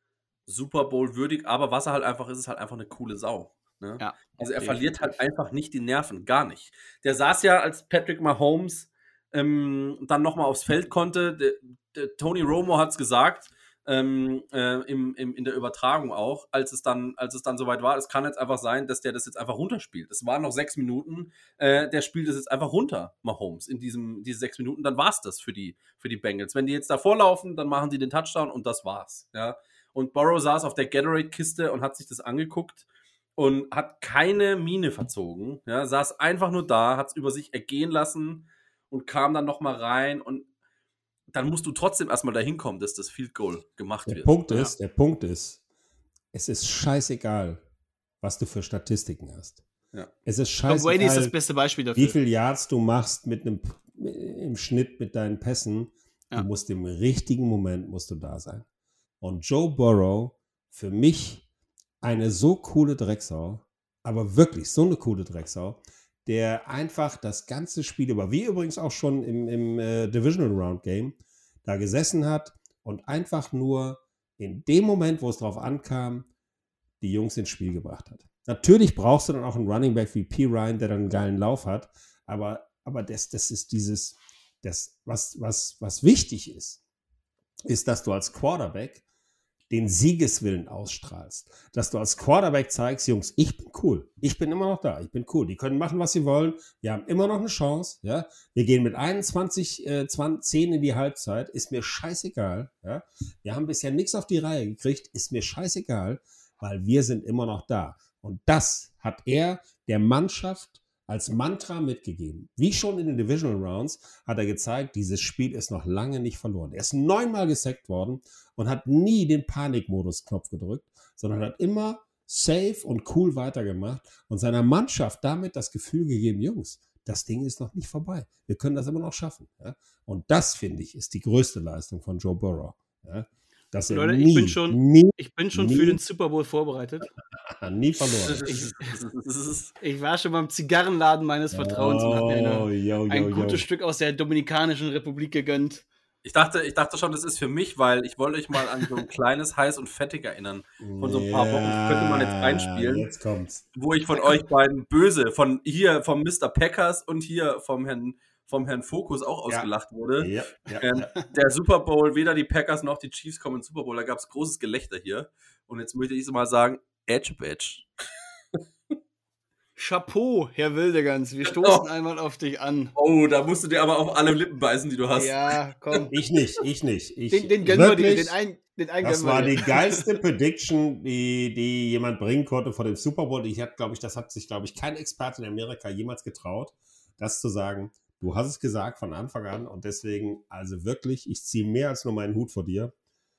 Super Bowl würdig, aber was er halt einfach ist, ist halt einfach eine coole Sau. Ne?
Ja,
Also er
definitiv.
verliert halt einfach nicht die Nerven, gar nicht. Der saß ja, als Patrick Mahomes ähm, dann nochmal aufs Feld konnte, der, der Tony Romo hat es gesagt, ähm, äh, im, im, in der Übertragung auch, als es dann, als es dann soweit war, es kann jetzt einfach sein, dass der das jetzt einfach runterspielt. Es waren noch sechs Minuten, äh, der spielt das jetzt einfach runter, Mahomes, in diesem, diese sechs Minuten, dann war's das für die, für die Bengals. Wenn die jetzt davor laufen, dann machen die den Touchdown und das war's. Ja? Und Burrow saß auf der Gatorade-Kiste und hat sich das angeguckt und hat keine Miene verzogen. Ja? Saß einfach nur da, hat es über sich ergehen lassen und kam dann nochmal rein und dann musst du trotzdem erstmal dahin kommen, dass das Field Goal gemacht
Der
wird.
Punkt
Ja.
ist, der Punkt ist, es ist scheißegal, was du für Statistiken hast.
Ja.
Es ist
Tom Brady ist das
scheißegal,
beste Beispiel dafür.
wie viel Yards du machst mit einem, im Schnitt mit deinen Pässen.
Ja.
Du musst im richtigen Moment musst du da sein. Und Joe Burrow, für mich eine so coole Drecksau, aber wirklich so eine coole Drecksau, der einfach das ganze Spiel über, wie übrigens auch schon im, im äh, Divisional Round Game, da gesessen hat und einfach nur in dem Moment, wo es drauf ankam, die Jungs ins Spiel gebracht hat. Natürlich brauchst du dann auch einen Running Back wie P. Ryan, der dann einen geilen Lauf hat, aber, aber das, das ist dieses, das, was, was, was wichtig ist, ist, dass du als Quarterback den Siegeswillen ausstrahlst. Dass du als Quarterback zeigst, Jungs, ich bin cool. Ich bin immer noch da. Ich bin cool. Die können machen, was sie wollen. Wir haben immer noch eine Chance. Ja? Wir gehen mit einundzwanzig, äh, zwanzig, zehn in die Halbzeit. Ist mir scheißegal. Ja? Wir haben bisher nichts auf die Reihe gekriegt. Ist mir scheißegal, weil wir sind immer noch da. Und das hat er der Mannschaft als Mantra mitgegeben. Wie schon in den Divisional Rounds hat er gezeigt, dieses Spiel ist noch lange nicht verloren. Er ist neunmal gesackt worden und hat nie den Panikmodus-Knopf gedrückt, sondern hat immer safe und cool weitergemacht und seiner Mannschaft damit das Gefühl gegeben, Jungs, das Ding ist noch nicht vorbei. Wir können das immer noch schaffen. Ja? Und das, finde ich, ist die größte Leistung von Joe Burrow. Ja? Dass er
Leute,
nie,
ich bin schon,
nie,
ich bin schon
nie,
für den Super Bowl vorbereitet.
nie verloren.
Ich, ich war schon beim Zigarrenladen meines Vertrauens und habe mir eine,
Oh, yo, yo,
ein
yo.
gutes Stück aus der Dominikanischen Republik gegönnt.
Ich dachte, ich dachte schon, das ist für mich, weil ich wollte euch mal an so ein kleines Heiß und Fettig erinnern. Von so ein paar Wochen. Das könnte man jetzt einspielen.
Jetzt kommt's.
Wo ich von euch beiden böse, von hier vom Mister Packers und hier vom Herrn, vom Herrn Fokus auch
Ja.
ausgelacht wurde.
Ja, ja,
Ähm,
ja.
der Super Bowl, weder die Packers noch die Chiefs kommen ins Super Bowl. Da gab es großes Gelächter hier. Und jetzt möchte ich so mal sagen, Edge Badge.
Chapeau, Herr Wildegans, wir stoßen
Oh.
einmal auf dich an.
Oh, da musst du dir aber auf alle Lippen beißen, die du hast.
Ja, komm.
Ich nicht, ich nicht. Ich,
Den, den gönnen wir dir,
wirklich,
den einen, den einen
das
gönnen wir
war
dir.
die geilste Prediction, die, die jemand bringen konnte vor dem Super Bowl. Ich hatte, glaube ich, das hat sich, glaube ich, kein Experte in Amerika jemals getraut, das zu sagen. Du hast es gesagt von Anfang an und deswegen, also wirklich, ich ziehe mehr als nur meinen Hut vor dir.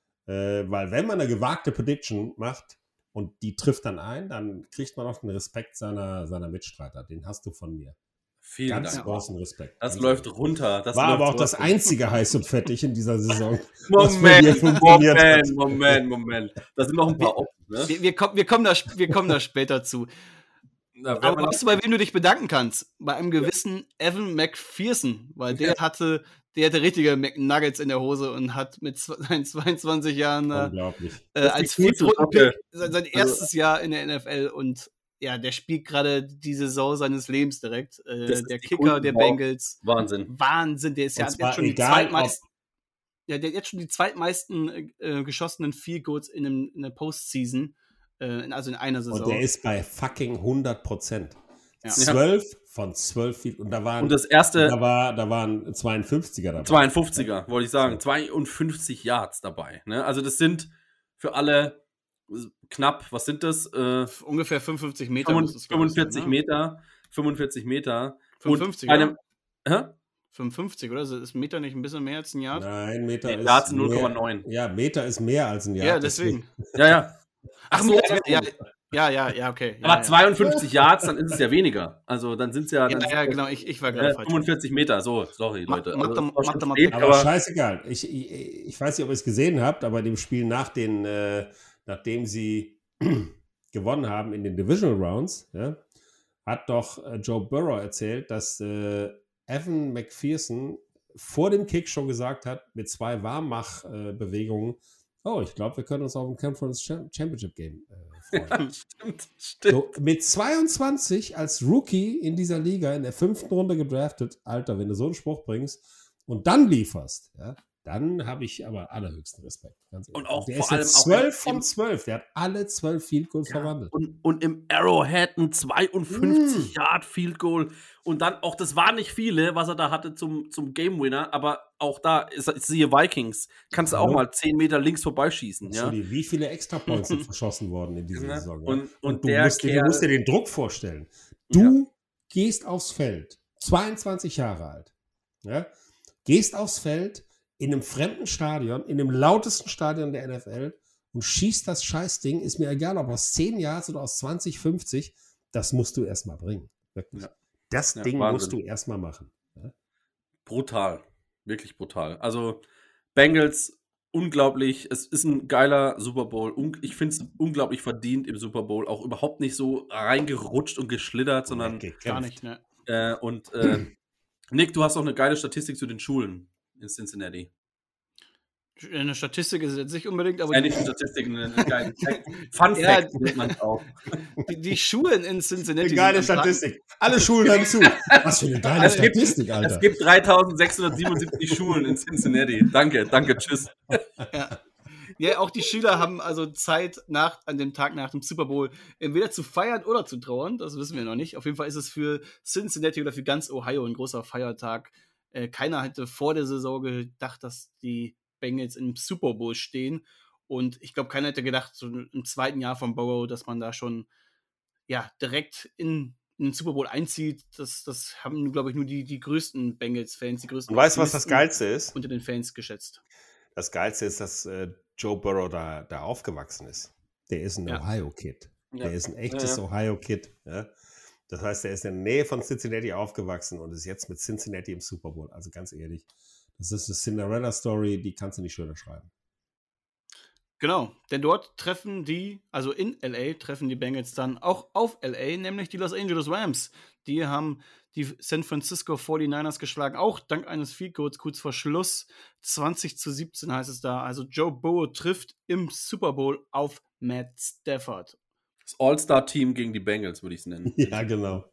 Äh, weil wenn man eine gewagte Prediction macht und die trifft dann ein, dann kriegt man auch den Respekt seiner, seiner Mitstreiter. Den hast du von mir.
Vielen
Ganz
Dank.
großen Respekt.
Das
Ganz
läuft
großen.
runter. Das
War
läuft
aber auch
sowas
das
von-
einzige heiß und fettig in dieser Saison. was bei dir
Moment,
funktioniert hat.
Moment, Moment, Moment. Da sind noch ein paar offen, ne?
Wir, wir, kommen, wir, kommen da, wir kommen da später zu.
Na, wenn
Aber
man-
weißt du, bei wem du dich bedanken kannst? Bei einem gewissen Evan McPherson, weil der hatte, der hatte richtige McNuggets in der Hose und hat mit zw- seinen zweiundzwanzig Jahren äh,
Unglaublich.
äh,
Das ist
als
die coolste
Viertrunden-Pick
Sache.
sein, sein
Also-
erstes Jahr in der N F L und ja, der spielt gerade die Saison seines Lebens direkt. Äh,
Das ist
der
die
Kicker
coolste
der
Sau.
Bengals.
Wahnsinn.
Wahnsinn, der ist ja
Und
der
zwar
hat schon die
egal,
zweitmeisten. Ja, der hat jetzt schon die zweitmeisten äh, geschossenen Field Goals in, einem, in der Postseason, äh, in- also in einer Saison.
Und der ist bei fucking hundert Prozent.
Ja.
zwölf von zwölf Field. Und da waren,
Und das erste
da, war, da waren zweiundfünfziger dabei.
zweiundfünfziger, wollte ich sagen. zweiundfünfzig Yards dabei. Ne? Also das sind für alle knapp, was sind das? Äh,
Ungefähr fünfundfünfzig Meter. muss es, glaub ich,
fünfundvierzig
sein, ne?
Meter. fünfundvierzig Meter.
fünfundfünfzig,
und einem, hä?
fünfundfünfzig, oder? Ist ein Meter nicht ein bisschen mehr als ein Jahr?
Nein, Meter
Nee,
ist
Yards
mehr-
null Komma neun.
Ja, Meter ist mehr als ein Jahr.
Ja, deswegen.
Ja, ja.
Ach
so,
so,
also-
ja, ja, ja, ja, okay. Ja,
Aber
ja.
zweiundfünfzig Yards, dann ist es ja weniger. Also dann sind es ja,
Ja,
dann
ja, genau, ich, ich war gerade
äh,
falsch.
fünfundvierzig Meter. So, sorry,
Mach-
Leute.
mach
Also,
doch-
das war
mach
schon
doch mal
spät,
Pick.
Aber
aber
scheißegal. Ich, ich, ich weiß nicht, ob ihr es gesehen habt, aber in dem Spiel nach den, äh, nachdem sie gewonnen haben in den Divisional Rounds, ja, hat doch äh, Joe Burrow erzählt, dass äh, Evan McPherson vor dem Kick schon gesagt hat, mit zwei Warmmach-Bewegungen, oh, ich glaube, wir können uns auf dem Conference Cham- Championship Game äh, freuen.
stimmt, stimmt.
So, mit zweiundzwanzig als Rookie in dieser Liga in der fünften Runde gedraftet, Alter, wenn du so einen Spruch bringst und dann lieferst, ja, dann habe ich aber allerhöchsten Respekt. Ganz ehrlich.
Und auch
der
vor
ist
allem
jetzt
auch
zwölf
im-
von zwölf, der hat alle zwölf Field Goals verwandelt.
Und, und im Arrowhead ein zweiundfünfzig
Mm.
Yard Field Goal. Und dann auch, das waren nicht viele, was er da hatte zum, zum Game Winner, aber auch da, ist, ich sehe Vikings, kannst du auch
Ja.
mal zehn Meter links vorbeischießen. Ja?
Sorry, wie viele Extra Points sind verschossen worden in dieser
Ja.
Saison? Ja?
Und, und,
du,
der
musst, dir- du
Kerl,
musst dir den Druck vorstellen. Du gehst aufs Feld, zweiundzwanzig Jahre alt, ja? Gehst aufs Feld in einem fremden Stadion, in dem lautesten Stadion der N F L und schießt das Scheißding, ist mir egal, ob aus zehn Yards oder aus zwanzig, fünfzig, das musst du erstmal bringen. Wirklich.
Ja.
Das
Ja,
Ding
Wahnsinn.
musst du erstmal machen. Ja?
brutal. Wirklich brutal. Also, Bengals, unglaublich. Es ist ein geiler Super Bowl. Un- Ich finde es unglaublich verdient im Super Bowl. Auch überhaupt nicht so reingerutscht und geschlittert, sondern
Gekämpft.
Gar nicht, ne?
Äh, und äh, Nick, du hast auch eine geile Statistik zu den Schulen in Cincinnati.
Eine Statistik ist es jetzt nicht unbedingt, aber
Ja,
die,
nicht eine Statistik, eine geile Fun
Ja,
Fact nennt man es auch.
die, die Schulen in Cincinnati
Eine geile
sind am Tag-
Statistik. Alle Schulen hören zu. Was für eine geile
Es gibt-
Statistik,
Es
Alter.
gibt dreitausendsechshundertsiebenundsiebzig Schulen in Cincinnati. Danke, danke, tschüss.
Ja. Ja, auch die Schüler haben also Zeit nach, an dem Tag nach dem Super Bowl entweder zu feiern oder zu trauern. Das wissen wir noch nicht. Auf jeden Fall ist es für Cincinnati oder für ganz Ohio ein großer Feiertag. Äh, keiner hätte vor der Saison gedacht, dass die Bengals im Super Bowl stehen. Und ich glaube, keiner hätte gedacht, so im zweiten Jahr von Burrow, dass man da schon ja, direkt in, in den Super Bowl einzieht. Das, das haben, glaube ich, nur die, die größten Bengals-Fans, die größten
Und weißt du, was das
Optimisten
Geilste ist?
unter den Fans geschätzt.
Das Geilste ist, dass äh, Joe Burrow da, da aufgewachsen ist.
Der ist ein
Ja.
Ohio-Kid.
Ja.
Der ist ein echtes
Ja, ja.
Ohio-Kid.
Ja? Das heißt, er ist in der Nähe von Cincinnati aufgewachsen und ist jetzt mit Cincinnati im Super Bowl. Also ganz ehrlich,
Das ist eine Cinderella-Story, die kannst du nicht schöner schreiben.
Genau, denn dort treffen die, also in L A, treffen die Bengals dann auch auf L A, nämlich die Los Angeles Rams. Die haben die San Francisco forty-niners geschlagen, auch dank eines Field Goals kurz vor Schluss. zwanzig zu siebzehn heißt es da. Also Joe Burrow trifft im Super Bowl auf Matt Stafford.
Das All-Star-Team gegen die Bengals, würde ich es nennen.
Ja, genau.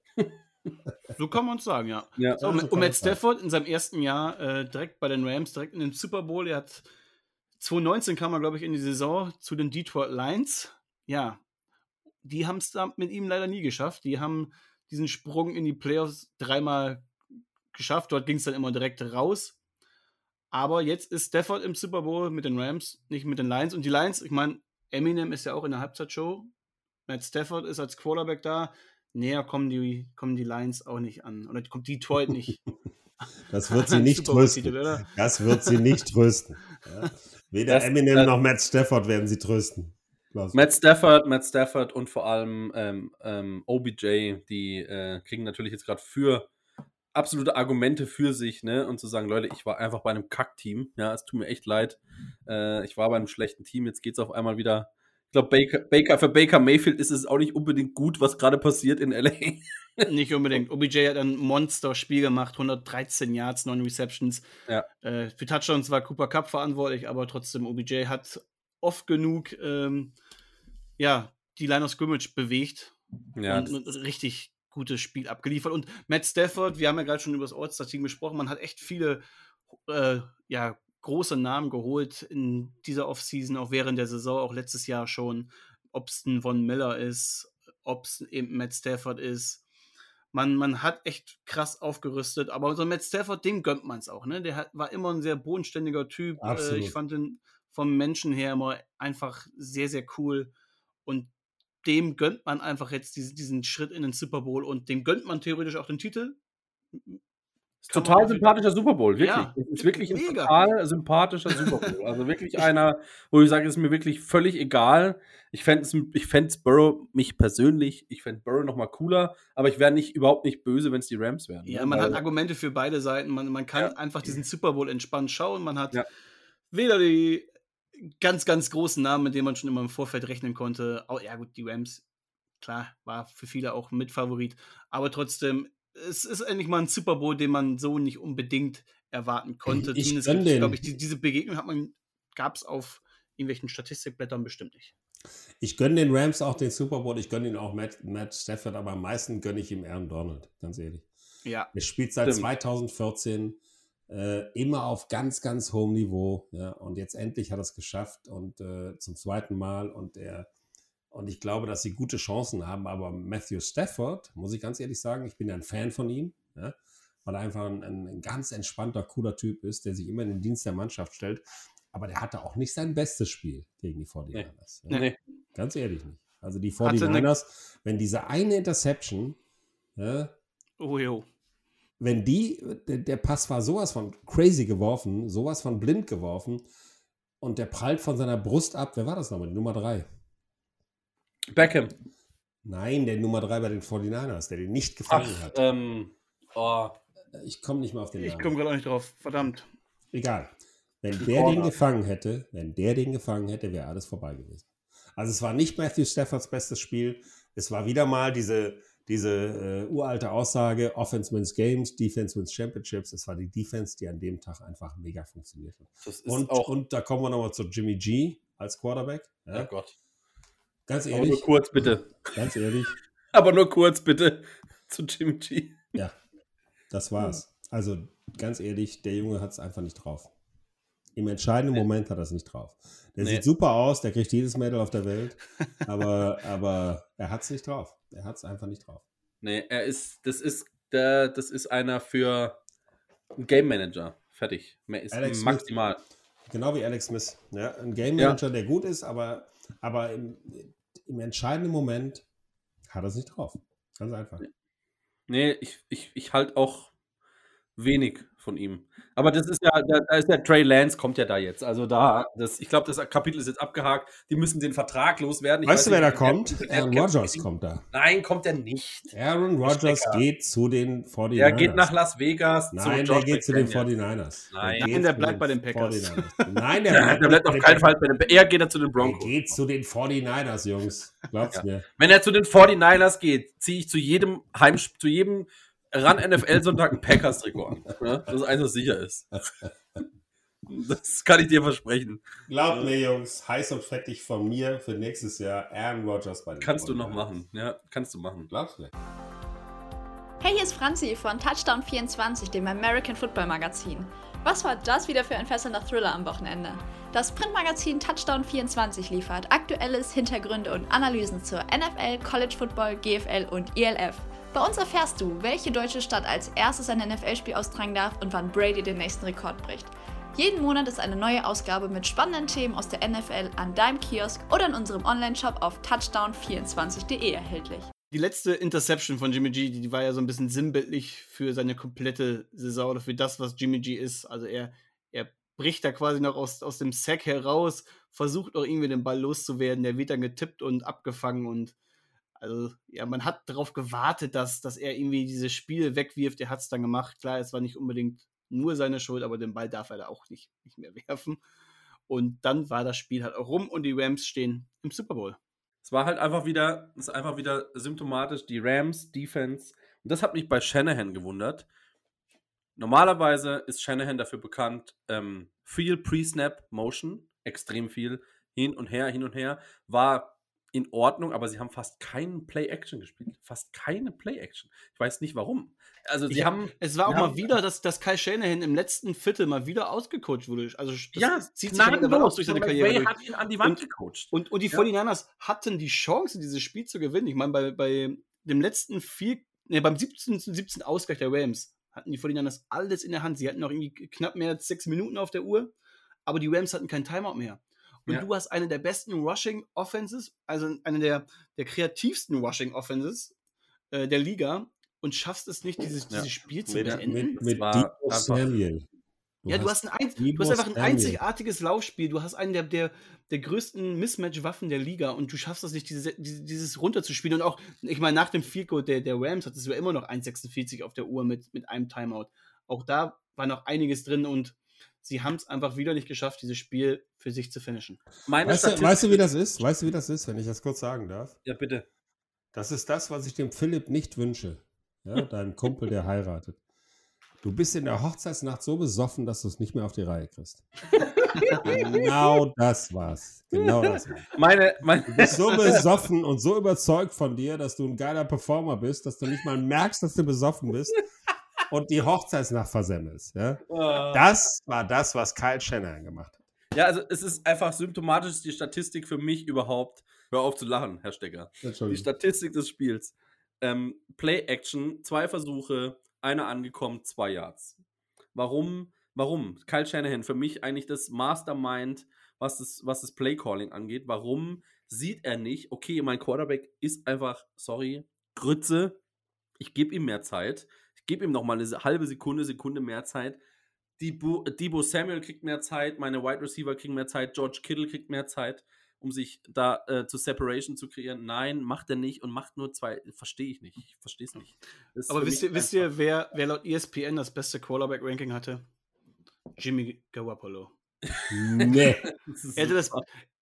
So kann man es sagen, ja.
Ja.
So,
Ja, so
und
kann
Matt
man's sagen.
Stafford in seinem ersten Jahr äh, direkt bei den Rams, direkt in den Super Bowl. Er hat zwanzig neunzehn kam er, glaube ich, in die Saison zu den Detroit Lions. Ja, die haben es da mit ihm leider nie geschafft. Die haben diesen Sprung in die Playoffs dreimal geschafft. Dort ging es dann immer direkt raus. Aber jetzt ist Stafford im Super Bowl mit den Rams, nicht mit den Lions. Und die Lions, ich meine, Eminem ist ja auch in der Halbzeitshow. Matt Stafford ist als Quarterback da. Näher kommen die, kommen die Lions auch nicht an. Oder kommt Detroit nicht.
Das wird sie nicht
Super Bowl
trösten.
Titel, oder?
Das wird sie nicht trösten. Ja. Weder
Das-
Eminem
das-
noch Matt Stafford werden sie trösten. Glaubst du?
Matt Stafford, Matt Stafford und vor allem ähm, ähm, O B J, die äh, kriegen natürlich jetzt gerade für absolute Argumente für sich, ne, und zu sagen, Leute, ich war einfach bei einem Kack-Team, ja, es tut mir echt leid, äh, ich war bei einem schlechten Team, jetzt geht's auf einmal wieder, ich glaube, Baker, Baker, für Baker Mayfield ist es auch nicht unbedingt gut, was gerade passiert in L A.
Nicht unbedingt. O B J hat ein Monster-Spiel gemacht, hundertdreizehn Yards, neun Receptions.
Ja.
Äh, für Touchdowns war Cooper Kupp verantwortlich, aber trotzdem, O B J hat oft genug ähm, ja, die Line of Scrimmage bewegt
Ja,
und ein richtig gutes Spiel abgeliefert. Und Matt Stafford, wir haben ja gerade schon über das All-Star-Team gesprochen, man hat echt viele äh, ja, große Namen geholt in dieser Offseason, auch während der Saison, auch letztes Jahr schon. Ob es ein Von Miller ist, ob es eben Matt Stafford ist. Man, man hat echt krass aufgerüstet, aber so Matt Stafford, dem gönnt man es auch. Ne? Der hat, war immer ein sehr bodenständiger Typ. Äh,
Absolut.
ich fand ihn vom Menschen her immer einfach sehr, sehr cool. Und dem gönnt man einfach jetzt diesen, diesen Schritt in den Super Bowl und dem gönnt man theoretisch auch den Titel. Kann
total
man-
sympathischer Super Bowl, wirklich.
Ja,
Es ist wirklich ein
mega.
total sympathischer Super Bowl. Also wirklich einer, wo ich sage, ist mir wirklich völlig egal. Ich fände es ich fänd's Burrow, mich persönlich, ich fände Burrow noch mal cooler, aber ich wäre nicht, überhaupt nicht böse, wenn es die Rams wären.
Ja,
ne?
man
Weil-
hat Argumente für beide Seiten. Man, man kann
Ja.
einfach diesen Super Bowl entspannt schauen. Man hat
Ja.
weder die ganz, ganz großen Namen, mit denen man schon immer im Vorfeld rechnen konnte. Oh, ja, gut, die Rams, klar, war für viele auch ein Mitfavorit. Aber trotzdem, es ist endlich mal ein Super Bowl, den man so nicht unbedingt erwarten konnte.
Ich
Zumindest
gönn
gibt's,
den.
glaube ich, die, diese Begegnung hat man, gab es auf irgendwelchen Statistikblättern bestimmt nicht.
Ich gönne den Rams auch den Super Bowl, ich gönne ihn auch Matt, Matt Stafford, aber am meisten gönne ich ihm Aaron Donald, ganz ehrlich.
Ja,
Er spielt seit
Stimmt.
zweitausendvierzehn äh, immer auf ganz, ganz hohem Niveau. Ja, und jetzt endlich hat er es geschafft und äh, zum zweiten Mal. Und, er, und ich glaube, dass sie gute Chancen haben. Aber Matthew Stafford, muss ich ganz ehrlich sagen, ich bin ja ein Fan von ihm, ja, weil er einfach ein, ein ganz entspannter, cooler Typ ist, der sich immer in den Dienst der Mannschaft stellt. Aber der hatte auch nicht sein bestes Spiel gegen die forty-niners. Ja.
Nee.
Ganz ehrlich nicht. Also die
Hatte ne-
forty-niners, wenn diese eine Interception, ja,
oh jo.
wenn die, der, der Pass war sowas von crazy geworfen, sowas von blind geworfen und der prallt von seiner Brust ab. Wer war das nochmal? Die Nummer drei?
Beckham.
Nein, der Nummer drei bei den forty-niners, der den nicht
Ach,
gefangen hat.
ähm, oh,
Ich komme nicht mal auf den
Ich
Namen.
komme gerade auch nicht drauf. Verdammt.
Egal. Wenn
Die
der den
Corner.
gefangen hätte, wenn der den gefangen hätte, wäre alles vorbei gewesen. Also es war nicht Matthew Staffords bestes Spiel. Es war wieder mal diese, diese äh, uralte Aussage, Offense wins Games, Defense wins Championships. Es war die Defense, die an dem Tag einfach mega funktioniert hat.
Das ist
Und,
auch,
und da kommen wir nochmal zu Jimmy G als Quarterback. Ja,
oh Gott.
ganz
Aber
ehrlich,
nur kurz, bitte.
ganz ehrlich,
Aber nur kurz, bitte, zu Jimmy G.
ja, das war's. Also ganz ehrlich, der Junge hat es einfach nicht drauf. Im entscheidenden
Nee.
Moment hat er es nicht drauf. Der
Nee.
sieht super aus, der kriegt jedes Medal auf der Welt, aber, aber er hat es nicht drauf. Er hat es einfach nicht drauf.
Nee, er ist, das ist, der, das ist einer für einen Game Manager. Fertig. Mehr ist
Alex
maximal.
Genau wie Alex Smith. Ja, ein Game Manager, der gut ist, aber, aber im, im entscheidenden Moment hat er es nicht drauf. Ganz einfach.
Nee, ich, ich, ich halte auch wenig von ihm. Aber das ist ja, da, da ist ja Trey Lance, kommt ja da jetzt. Also da, das, ich glaube, das Kapitel ist jetzt abgehakt. Die müssen den Vertrag loswerden. Ich
Weißt du,
weiß
wer
nicht,
da kommt?
der-
Aaron
der-
Rodgers kommt da.
Nein, kommt er nicht.
Aaron Rodgers
Stecker.
geht zu den forty-niners.
Der geht nach Las Vegas.
Nein,
zu
der
George
geht zu den
McDaniels.
forty-niners.
Nein.
geht
Nein, der
zu
bleibt
den
bei den Packers.
forty-niners. Nein, der
Der,
bleibt,
der bleibt
bei
auf
den
keinen Fall
Packers.
bei den. Er geht er zu den
Der
Broncos.
geht zu den forty-niners, Jungs. Glaubt's
Ja.
mir.
Wenn er zu den forty-niners geht, ziehe ich zu jedem Heim, zu jedem Ran N F L-Sonntag ein Packers-Trikot an. Ja? Das ist eins, was sicher ist. Das kann ich dir versprechen.
Glaubt mir, Jungs, heiß und fettig von mir für nächstes Jahr Aaron Rodgers bei den
Kannst du noch
forty-niners.
machen. Ja, kannst du machen.
Glaubst du mir?
Hey, hier ist Franzi von Touchdown vierundzwanzig, dem American Football Magazin. Was war das wieder für ein fesselnder Thriller am Wochenende? Das Printmagazin Touchdown vierundzwanzig liefert Aktuelles, Hintergründe und Analysen zur N F L, College Football, G F L und E L F. Bei uns erfährst du, welche deutsche Stadt als erstes ein N F L-Spiel austragen darf und wann Brady den nächsten Rekord bricht. Jeden Monat ist eine neue Ausgabe mit spannenden Themen aus der N F L an deinem Kiosk oder in unserem Online-Shop auf touchdown vierundzwanzig punkt de erhältlich.
Die letzte Interception von Jimmy G, die, die war ja so ein bisschen sinnbildlich für seine komplette Saison oder für das, was Jimmy G ist. Also er, er bricht da quasi noch aus, aus dem Sack heraus, versucht auch irgendwie den Ball loszuwerden, der wird dann getippt und abgefangen und also ja, man hat darauf gewartet, dass, dass er irgendwie dieses Spiel wegwirft, er hat es dann gemacht. Klar, es war nicht unbedingt nur seine Schuld, aber den Ball darf er da auch nicht, nicht mehr werfen. Und dann war das Spiel halt auch rum und die Rams stehen im Super Bowl.
Es war halt einfach wieder, es ist einfach wieder symptomatisch, die Rams, Defense. Und das hat mich bei Shanahan gewundert. Normalerweise ist Shanahan dafür bekannt, ähm, viel Pre-Snap Motion, extrem viel, hin und her, hin und her, war in Ordnung, aber sie haben fast keinen Play-Action gespielt. Fast keine Play-Action. Ich weiß nicht warum. Also sie
Ich-
haben...
Es war auch
Ja.
mal wieder, dass, dass Kyle Shanahan im letzten Viertel mal wieder ausgecoacht wurde. Also das
Ja,
zieht sich mittlerweile auch durch seine Karriere
McVay
durch.
hat ihn an die Wand
Und-
gecoacht.
Und, und die
Ja.
forty-niners hatten die Chance, dieses Spiel zu gewinnen. Ich meine, bei, bei dem letzten vier, nee, beim siebzehnten siebzehnten Ausgleich der Rams hatten die forty-niners alles in der Hand. Sie hatten noch irgendwie knapp mehr als sechs Minuten auf der Uhr, aber die Rams hatten keinen Timeout mehr. Und
Ja.
du hast eine der besten Rushing Offenses, also eine der, der kreativsten Rushing Offenses äh, der Liga und schaffst es nicht, dieses,
Ja.
dieses Spiel zu
Mit-
beenden.
Mit,
Das
mit
war
Debo
einfach-
Samuel.
Ja, du hast, ein, ein,
Debo
du hast einfach ein
Samuel.
einzigartiges Laufspiel. Du hast einen der, der, der größten Mismatch-Waffen der Liga und du schaffst es nicht, diese, diese, dieses runterzuspielen. Und auch, ich meine, nach dem Field Goal der, der Rams hattest du ja immer noch eins sechsundvierzig auf der Uhr mit, mit einem Timeout. Auch da war noch einiges drin und sie haben es einfach wieder nicht geschafft, dieses Spiel für sich zu finishen.
Meine
Weißt du,
Statistik-
weißt du, wie das ist? Weißt du, wie das ist, wenn ich das kurz sagen darf?
Ja, bitte.
Das ist das, was ich dem Philipp nicht wünsche. Ja, deinem Kumpel, der heiratet. Du bist in der Hochzeitsnacht so besoffen, dass du es nicht mehr auf die Reihe kriegst. Genau das war's. Genau das war's.
Meine, meine,
Du bist so besoffen und so überzeugt von dir, dass du ein geiler Performer bist, dass du nicht mal merkst, dass du besoffen bist und die Hochzeitsnacht versemmelst. Ja? Das war das, was Kyle Shanahan gemacht hat.
Ja, also es ist einfach symptomatisch, die Statistik für mich überhaupt. Hör auf zu lachen, Herr Stecker. Die
Entschuldigung.
Statistik des Spiels. Ähm, Play-Action, zwei Versuche, einer angekommen, zwei Yards. Warum? Warum? Kyle Shanahan, für mich eigentlich das Mastermind, was das, was das Play-Calling angeht. Warum sieht er nicht, okay, mein Quarterback ist einfach, sorry, Grütze, ich gebe ihm mehr Zeit. Ich gebe ihm noch mal eine halbe Sekunde, Sekunde mehr Zeit. Debo, Debo Samuel kriegt mehr Zeit, meine Wide Receiver kriegen mehr Zeit, George Kittle kriegt mehr Zeit, um sich da äh, zur Separation zu kreieren. Nein, macht er nicht und macht nur zwei. Verstehe ich nicht. Ich verstehe es nicht. Das ist
Aber
für
wisst
mich
ihr, wisst
einfach-
ihr wer, wer laut E S P N das beste Quarterback-Ranking hatte? Jimmy Garoppolo.
Nee.
Das ist
Er hatte, das,
super.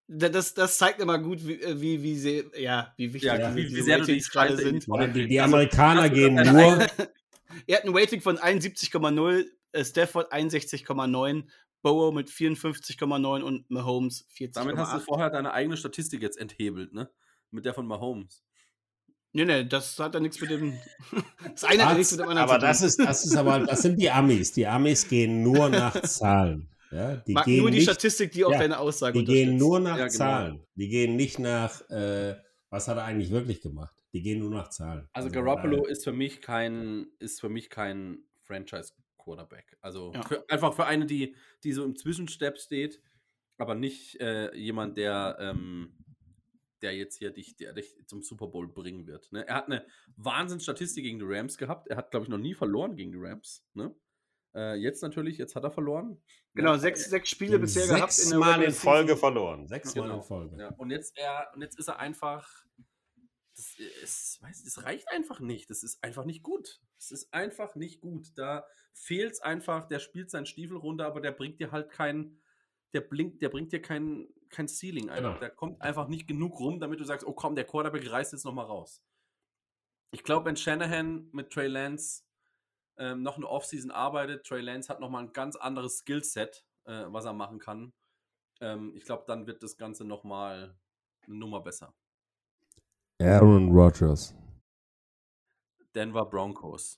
Das, das zeigt immer gut, wie, wie, wie, sehr, ja, wie wichtig
Ja,
diese
wie, wie sehr du
Ratings
dich
gerade
scheiße
sind.
Oder die, die
Also,
Amerikaner
das-
gehen
das-
nur.
Er hat ein Rating von einundsiebzig Komma null, äh, Stafford einundsechzig Komma neun, Burrow mit vierundfünfzig Komma neun und Mahomes vierzig
Damit
Komma
hast du
acht.
vorher deine eigene Statistik jetzt enthebelt, ne? Mit der von Mahomes.
Nee, nee, das hat ja nichts mit dem. Das eine hat ja nichts mit dem anderen
aber
zu tun.
das ist, das ist aber, das sind die Amis. Die Amis gehen nur nach Zahlen. Ja, die
Mag
gehen
nur die
nicht,
Statistik, die auch
ja,
deine Aussage
die gehen
unterstützt.
nur nach
Ja, genau.
Zahlen. Die gehen nicht nach, äh, was hat er eigentlich wirklich gemacht? Die gehen nur nach Zahlen.
Also
von
Garoppolo
daher-
ist für mich kein, ist für mich kein Franchise-Quarterback. Also
Ja.
für, einfach für eine, die, die so im Zwischenstep steht, aber nicht äh, jemand, der, ähm, der jetzt hier dich, der dich zum Super Bowl bringen wird. Ne? Er hat eine Wahnsinnsstatistik gegen die Rams gehabt. Er hat, glaube ich, noch nie verloren gegen die Rams. Ne? Äh, jetzt natürlich, jetzt hat er verloren.
Genau,
Ja.
sechs, sechs Spiele bisher gehabt in der
Sechsmal
Regular
in Folge
Season.
verloren.
Sechsmal
Genau.
in Folge.
Ja, und jetzt er und jetzt ist er einfach. Das ist, weiß, das reicht einfach nicht. Das ist einfach nicht gut. Es ist einfach nicht gut. Da fehlt es einfach. Der spielt seinen Stiefel runter, aber der bringt dir halt kein, der blinkt, der bringt dir kein, kein Ceiling einfach.
Genau.
Da kommt einfach nicht genug rum, damit du sagst, oh komm, der Quarterback reißt jetzt noch mal raus. Ich glaube, wenn Shanahan mit Trey Lance ähm, noch eine Offseason arbeitet, Trey Lance hat noch mal ein ganz anderes Skillset, äh, was er machen kann. Ähm, ich glaube, dann wird das Ganze noch mal eine Nummer besser.
Aaron Rodgers.
Denver Broncos.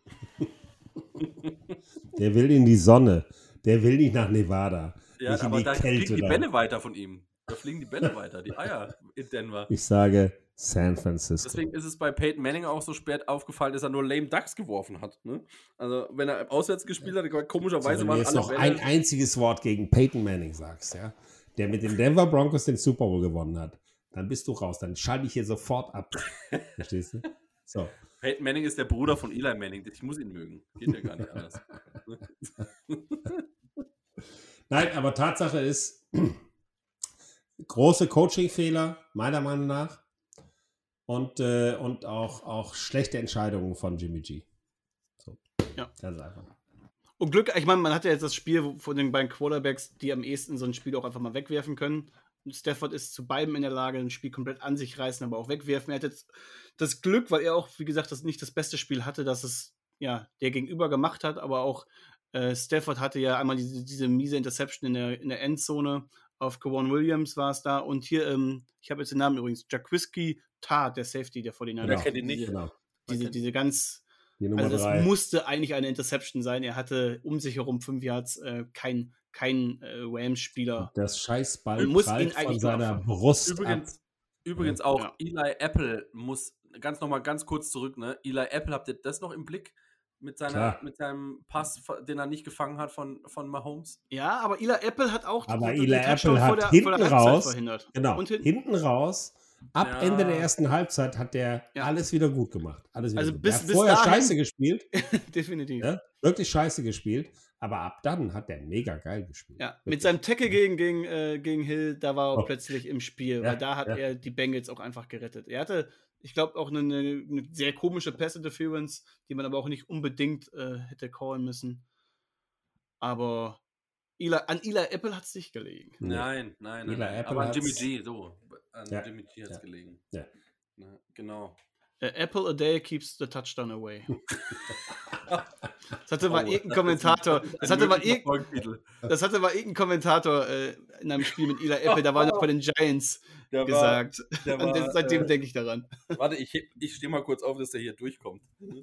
Der will in die Sonne. Der will nicht nach Nevada.
Ja,
nicht in
aber
die
da
Kälte
fliegen die
da.
Bälle weiter von ihm. Da fliegen die Bälle weiter, die Eier in Denver.
Ich sage San Francisco.
Deswegen ist es bei Peyton Manning auch so spät aufgefallen, dass er nur lame Ducks geworfen hat. Ne? Also, wenn er auswärts gespielt hat, komischerweise
Wenn du
waren
jetzt
alle
noch
Bälle.
ein einziges Wort gegen Peyton Manning sagst, ja, der mit den Denver Broncos den Super Bowl gewonnen hat, dann bist du raus. Dann schalte ich hier sofort ab. Verstehst du? So.
Peyton Manning ist der Bruder von Eli Manning. Ich muss ihn mögen. Geht ja gar nicht anders.
Nein, aber Tatsache ist, große Coaching-Fehler, meiner Meinung nach. Und, äh, und auch, auch schlechte Entscheidungen von Jimmy G. So.
Ja.
Ganz einfach.
Und Glück, ich meine, man hat ja jetzt das Spiel von den beiden Quarterbacks, die am ehesten so ein Spiel auch einfach mal wegwerfen können. Und Stafford ist zu beidem in der Lage, ein Spiel komplett an sich reißen, aber auch wegwerfen. Er hat jetzt das Glück, weil er auch, wie gesagt, das nicht das beste Spiel hatte, dass es ja der Gegenüber gemacht hat, aber auch äh, Stafford hatte ja einmal diese, diese miese Interception in der, in der Endzone. Auf Kawon Williams war es da. Und hier, ähm, ich habe jetzt den Namen übrigens, Jaquiski Tartt, der Safety der forty-niners.
Wer kennt ihn nicht?
Diese,
Genau.
diese, diese ganz,
Die Nummer
also
drei.
es musste eigentlich eine Interception sein. Er hatte um sich herum fünf Yards, äh, kein, kein äh, Rams-Spieler.
Das Scheißball
Man muss
prallt
ihn eigentlich
von seiner
nur
Brust
Übrigens,
ab.
übrigens
Ja.
auch
Ja.
Eli Apple muss, ganz nochmal ganz kurz zurück, ne? Eli Apple, habt ihr das noch im Blick? Mit, seiner,
Klar.
mit seinem Pass, den er nicht gefangen hat von, von Mahomes?
Ja, aber Eli Apple hat auch
Aber
den
Eli
Touchdown
Apple
vor
hat
der,
hinten
vor der Halbzeit
raus,
verhindert.
genau,
Und hinten.
hinten raus, ab
Ja.
Ende der ersten Halbzeit hat der
Ja.
alles wieder gut gemacht. Alles wieder
Also
gut.
bis-
der hat
bis
vorher
dahin-
scheiße gespielt,
Definitiv.
ja, wirklich scheiße gespielt, aber ab dann hat der mega geil gespielt.
Ja, mit
Wirklich.
seinem Tackle gegen, gegen, äh, gegen Hill, da war er
Oh.
plötzlich im Spiel,
Ja,
weil da hat
ja.
er die Bengals auch einfach gerettet. Er hatte, ich glaube, auch eine, eine sehr komische Pass-Interference, die man aber auch nicht unbedingt äh, hätte callen müssen. Aber Eli, an Eli Apple hat es nicht gelegen.
Nee.
Nein, nein,
Eli
nein. nein.
Apple
Aber an Jimmy
hat's-
G, so. An
Ja.
Jimmy G hat es
Ja.
gelegen.
Ja.
Na, genau.
Äh, Apple a day keeps the touchdown away. Das hatte mal
Oh,
irgendein
das
Kommentator,
ist ein-
das
ein
hatte mal
möglicher
irgendein
Folgentitel.
Das hatte mal irgendein Kommentator äh, in einem Spiel mit Eli Apple, da war er noch bei den Giants
Der war,
gesagt.
der
Und
war,
seitdem
äh,
denke ich daran.
Warte, ich, heb- ich stehe mal kurz auf, dass der hier durchkommt.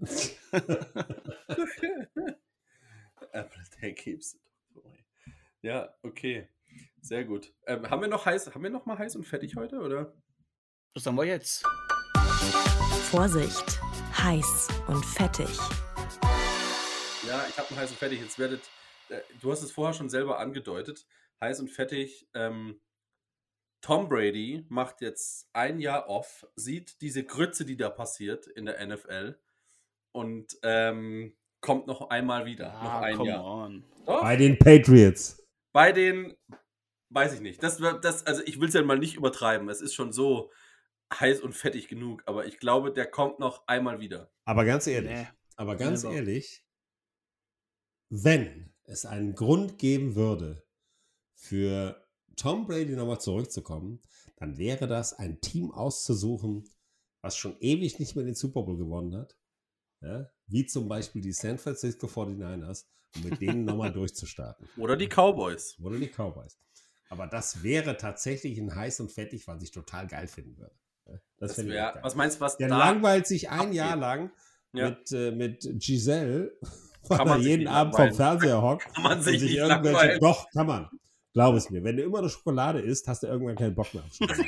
Apple, der keeps it away. Ja, okay. Sehr gut. Ähm, haben wir noch heiß, haben wir noch mal heiß und fertig heute, oder?
Das haben wir jetzt.
Vorsicht, heiß und fettig.
Ja, ich habe einen heiß und fertig. Jetzt werdet, äh, du hast es vorher schon selber angedeutet. Heiß und fertig. Ähm, Tom Brady macht jetzt ein Jahr off, sieht diese Grütze, die da passiert in der N F L und ähm, kommt noch einmal wieder. noch ein
Ah, come
Jahr.
on.
Doch,
Bei den Patriots.
bei den, weiß ich nicht. Das, wird- das, also ich will es ja mal nicht übertreiben. Es ist schon so heiß und fettig genug, aber ich glaube, der kommt noch einmal wieder.
Aber ganz ehrlich,
Nee.
aber ganz
Never.
ehrlich, wenn es einen Grund geben würde für Tom Brady nochmal zurückzukommen, dann wäre das ein Team auszusuchen, was schon ewig nicht mehr den Super Bowl gewonnen hat. Ja? Wie zum Beispiel die San Francisco forty-niners, um mit denen nochmal durchzustarten.
Oder die Cowboys.
Oder die Cowboys. Aber das wäre tatsächlich ein heiß und fettig, was ich total geil finden würde. Ja? Das
Das
fände ich
wär,
auch geil.
was meinst du, was
Der
da
langweilt sich ein
abgeht?
Jahr lang
Ja.
mit, äh, mit Giselle, weil
Kann man
er
sich
jeden
nicht
Abend vorm
langweilen.
Fernseher hockt
Kann man
und
sich
sich
nicht
irgendwelche...
langweilen.
Doch, kann man. Glaub es mir. Wenn du immer eine Schokolade isst, hast du irgendwann keinen Bock mehr auf Schokolade.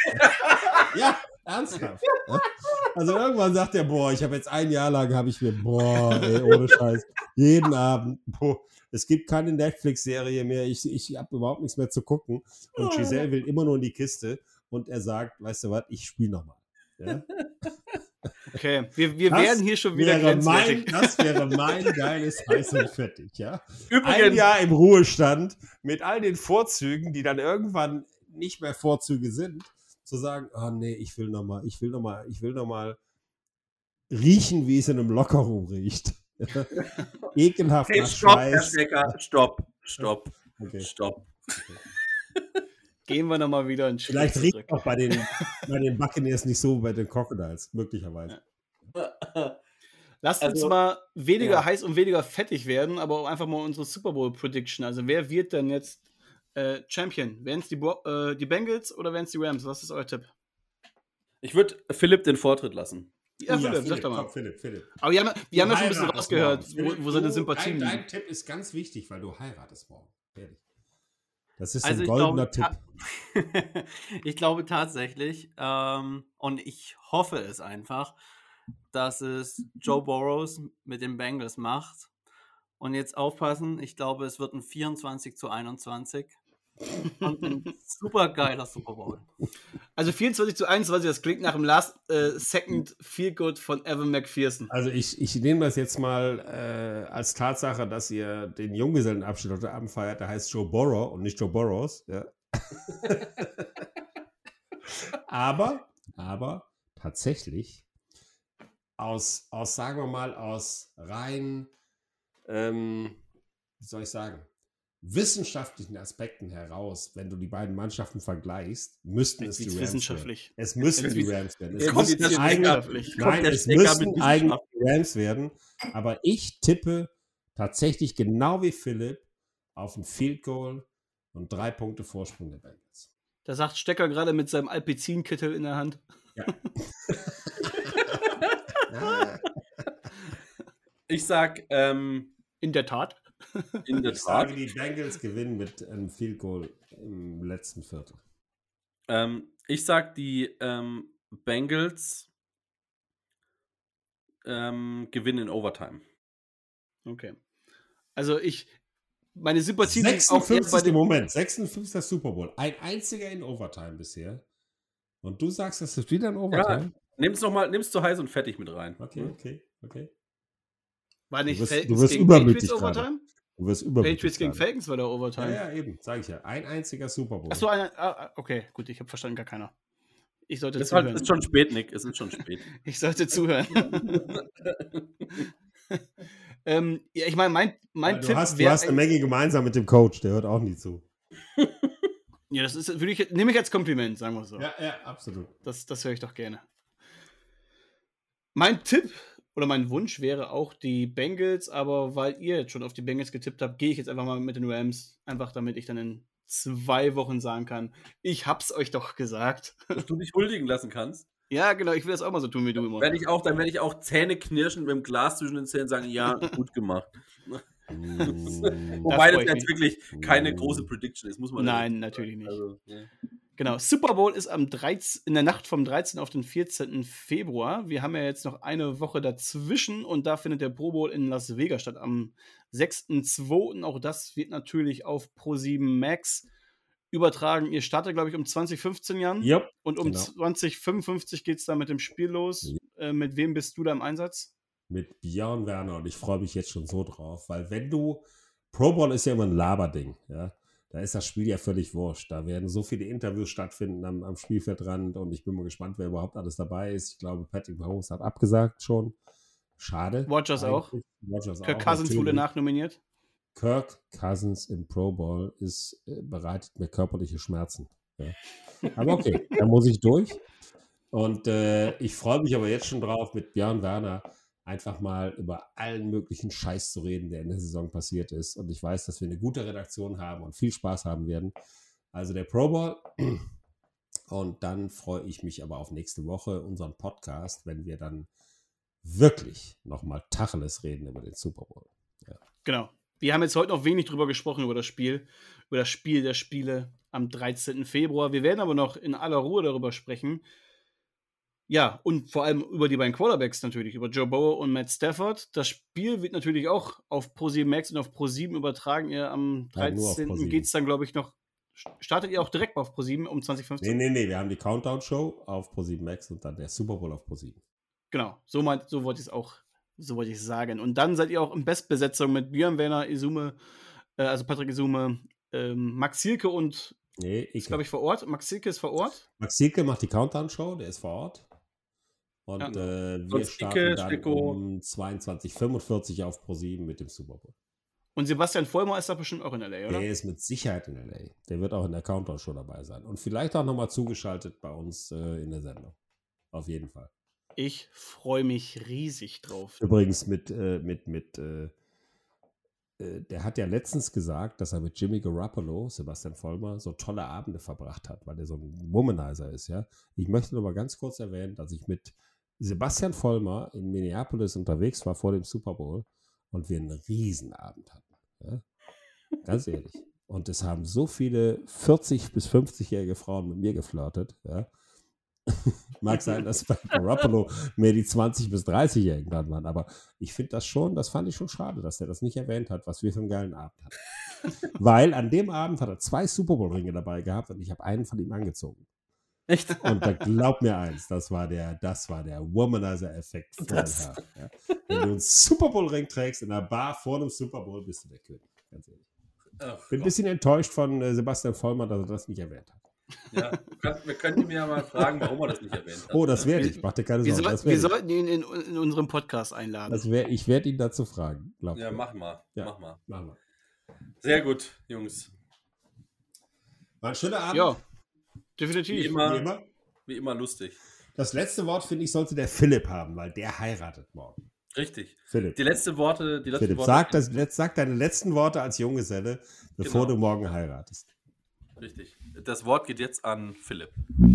Ja, ernsthaft. Ja? Also irgendwann sagt er, boah, ich habe jetzt ein Jahr lang, habe ich mir, boah, ey, ohne Scheiß, jeden Abend, boah, es gibt keine Netflix-Serie mehr, ich, ich habe überhaupt nichts mehr zu gucken. Und Giselle will immer nur in die Kiste und er sagt, weißt du was, ich spiele nochmal. Ja?
Okay, wir, wir
Das
werden hier schon wieder
wäre mein,
grenzwertig.
das wäre mein geiles Heiß und Fettig, ja. Ein
Übrigens,
Jahr im Ruhestand mit all den Vorzügen, die dann irgendwann nicht mehr Vorzüge sind, zu sagen, oh nee, ich will noch mal, ich will noch mal, ich will noch mal riechen, wie es in einem Lockerroom riecht. Ekelhaft
hey,
nach
stopp, Herr
Schweiß.
Stecker, stopp, stopp,
Okay.
stopp.
Gehen wir nochmal wieder einen Schritt
Vielleicht riecht
zurück.
auch bei den, bei den Buccaneers nicht so, bei den Crocodiles, möglicherweise.
Lasst uns
Also,
mal weniger
ja.
heiß und weniger fettig werden, aber einfach mal unsere Super Bowl Prediction. Also wer wird denn jetzt äh, Champion? Wären es die, Bo- äh, die Bengals oder wären es die Rams? Was ist euer Tipp?
Ich würde Philipp den Vortritt lassen.
Ja, Philipp, sag doch mal.
komm, Philipp, Philipp.
Aber wir haben, wir haben ja schon ein bisschen
heiratest
rausgehört,
morgen.
wo,
Philipp,
wo seine
du-
Sympathien
dein,
liegen.
dein Tipp ist ganz wichtig, weil du heiratest morgen. Ehrlich. Das ist
Also
ein
ich
goldener
glaube,
Tipp.
ta- ich glaube tatsächlich, ähm, und ich hoffe es einfach, dass es Joe Burrows mit den Bengals macht. Und jetzt aufpassen, ich glaube, es wird ein vierundzwanzig zu einundzwanzig. Und ein super geiler Super Bowl.
Also vierundzwanzig zu einundzwanzig, das klingt nach dem Last äh, Second Field Goal von Evan McPherson.
Also ich, ich nehme das jetzt mal äh, als Tatsache, dass ihr den Junggesellenabschied heute Abend feiert, der heißt Joe Burrow und nicht Joe Burrows. Ja. aber, aber tatsächlich aus, aus, sagen wir mal, aus rein, ähm, wie soll ich sagen, wissenschaftlichen Aspekten heraus, wenn du die beiden Mannschaften vergleichst, müssten es die
Jetzt
Rams
wissenschaftlich.
werden. Es müssten
Jetzt
die
wiss-
Rams werden. Es
jetzt
müssten
wird's
eigentlich,
wissenschaftlich.
Kommt
nein,
der
es
Stecker
müssten
mit
eigentlich
Wissenschaft.
die Rams werden, aber ich tippe tatsächlich genau wie Philipp auf ein Field Goal und drei Punkte Vorsprung der Bengals.
Da sagt Stecker gerade mit seinem Alpecin-Kittel in der Hand.
Ja.
Ich sag, ähm,
In der Tat.
in der
Ich sage,
Tat,
die Bengals gewinnen mit einem Field Goal im letzten Viertel.
ähm, ich sag, die ähm, Bengals ähm, gewinnen in Overtime.
Okay. Also ich, meine Sympathie liegt auch eher bei
sechsundfünfzigster
den,
Moment, sechsundfünfzigster Super Bowl. Ein einziger in Overtime bisher. Und du sagst, das ist wieder in Overtime?
Nimm's noch mal, nimm's zu heiß und fettig mit rein.
Okay, okay, okay.
war nicht
Du wirst-
Falcons
du wirst
gegen
übermütig
Patriots
gerade.
Overtime?
Du wirst übermütig
Patriots gegen
gerade.
Falcons war der Overtime.
Ja, ja, eben, sage ich ja. Ein einziger Super Bowl.
Achso, einer, ah, okay, gut, ich habe verstanden, gar keiner. Ich sollte
Es ist,
zuhören.
halt, ist schon spät, Nick. Es ist schon spät.
Ich sollte zuhören. ähm, ja, ich meine, mein, mein
du
Tipp
hast, du
wäre.
hast eine Menge gemeinsam mit dem Coach, der hört auch nie zu.
Ja, das ist, würde ich, nehme ich als Kompliment, sagen wir so.
Ja, ja, absolut.
Das, das höre ich doch gerne. Mein Tipp oder mein Wunsch wäre auch die Bengals, aber weil ihr jetzt schon auf die Bengals getippt habt, gehe ich jetzt einfach mal mit den Rams, einfach damit ich dann in zwei Wochen sagen kann, ich hab's euch doch gesagt.
Dass du dich huldigen lassen kannst.
Ja, genau, ich will das auch mal so tun wie du immer.
Werde ich auch, dann werde ich auch Zähne knirschen mit dem Glas zwischen den Zähnen sagen, ja, gut gemacht.
Mm.
Wobei
freu
das
ich
jetzt
mich.
wirklich keine große Prediction ist, muss man
Nein,
ehrlich
natürlich
sagen.
nicht.
Also, ja.
Genau, Super Bowl ist am dreizehnten in der Nacht vom dreizehnten auf den vierzehnten Februar. Wir haben ja jetzt noch eine Woche dazwischen und da findet der Pro Bowl in Las Vegas statt am sechsten zweiten Auch das wird natürlich auf Pro sieben Max übertragen. Ihr startet, glaube ich, um zwanzig fünfzehn, Jan.
Yep,
Und um
genau.
zwanzig fünfundfünfzig geht es dann mit dem Spiel los.
Ja.
Äh, mit wem bist du da im Einsatz?
Mit Björn Werner und ich freue mich jetzt schon so drauf, weil wenn du, Pro Bowl ist ja immer ein Laberding, ja, da ist das Spiel ja völlig wurscht. Da werden so viele Interviews stattfinden am, am Spielfeldrand und ich bin mal gespannt, wer überhaupt alles dabei ist. Ich glaube, Patrick Mahomes hat abgesagt schon. Schade.
Rodgers auch.
Rodgers
Kirk
auch,
Cousins wurde
natürlich.
nachnominiert.
Kirk Cousins im Pro Bowl ist, äh, bereitet mir körperliche Schmerzen. Ja. Aber okay, da muss ich durch. Und äh, ich freue mich aber jetzt schon drauf, mit Björn Werner einfach mal über allen möglichen Scheiß zu reden, der in der Saison passiert ist. Und ich weiß, dass wir eine gute Redaktion haben und viel Spaß haben werden. Also der Pro Bowl. Und dann freue ich mich aber auf nächste Woche, unseren Podcast, wenn wir dann wirklich nochmal Tacheles reden über den Super Bowl. Ja.
Genau. Wir haben jetzt heute noch wenig drüber gesprochen, über das Spiel, über das Spiel der Spiele am dreizehnten Februar. Wir werden aber noch in aller Ruhe darüber sprechen. Ja, und vor allem über die beiden Quarterbacks natürlich, über Joe Burrow und Matt Stafford. Das Spiel wird natürlich auch auf ProSieben Max und auf ProSieben übertragen. Ihr am dreizehnten geht es dann, glaube ich, noch. Startet ihr auch direkt auf ProSieben um zwanzig fünfzehn?
Nee, nee, nee, wir haben die Countdown-Show auf ProSieben Max und dann der Super Bowl auf ProSieben.
Genau, so, meint, so wollte ich es auch, so wollte ich es sagen. Und dann seid ihr auch in Bestbesetzung mit Björn Werner, Izume, äh, also Patrick Izume, ähm, Max Zielke und
nee, ich
ist, glaube ich, vor Ort. Max Zielke ist vor Ort.
Max Zielke macht die Countdown-Show, der ist vor Ort. Und ja. äh, wir
Sonst
starten
Icke,
dann
Stecko.
um zweiundzwanzig fünfundvierzig auf ProSieben mit dem Super Bowl.
Und Sebastian Vollmer ist da bestimmt auch in L A, oder?
Der ist mit Sicherheit in L A. Der wird auch in der Countdown-Show dabei sein. Und vielleicht auch nochmal zugeschaltet bei uns äh, in der Sendung. Auf jeden Fall.
Ich freue mich riesig drauf.
Übrigens mit, äh, mit, mit, äh, äh, der hat ja letztens gesagt, dass er mit Jimmy Garoppolo, Sebastian Vollmer, so tolle Abende verbracht hat, weil er so ein Womanizer ist, ja. Ich möchte noch mal ganz kurz erwähnen, dass ich mit Sebastian Vollmer in Minneapolis unterwegs war vor dem Super Bowl und wir einen Riesenabend hatten, ja. Ganz ehrlich. Und es haben so viele vierzig- bis fünfzigjährige Frauen mit mir geflirtet, ja. Mag sein, dass bei Garoppolo mehr die zwanzig- bis dreißigjährigen dann waren, aber ich finde das schon, das fand ich schon schade, dass der das nicht erwähnt hat, was wir für einen geilen Abend hatten. Weil an dem Abend hat er zwei Super Bowl-Ringe dabei gehabt und ich habe einen von ihm angezogen.
Echt?
Und da glaub mir eins, das war der, das war der Womanizer-Effekt vorher. Ja. Wenn du einen Super Bowl-Ring trägst in einer Bar vor einem Super Bowl, bist du der König, ganz ehrlich.
Ach,
Bin ein bisschen enttäuscht von äh, Sebastian Vollmer, dass er das nicht erwähnt hat.
Ja, wir könnten mir ja mal fragen, warum er das nicht erwähnt hat.
Oh, das werde ich. Mach dir keine
Wir,
Sorgen.
soll,
das
wir
werd ich.
sollten ihn in, in unserem Podcast einladen.
Das wär, ich werde ihn dazu fragen. Glaub
Ja,
mir.
mach mal.
Ja.
Mach mal.
Machen wir.
Sehr gut, Jungs.
War ein schöner Abend.
Ja,
Wie
definitiv.
immer,
Wie immer.
wie immer lustig.
Das letzte Wort, finde ich, sollte der Philipp haben, weil der heiratet morgen.
Richtig.
Philipp,
Die letzte Worte, die letzten
Philipp
Worte.
sag, das, letzt- sag deine letzten Worte als Junggeselle, bevor
Genau.
du morgen heiratest.
Richtig. Das Wort geht jetzt an Philipp.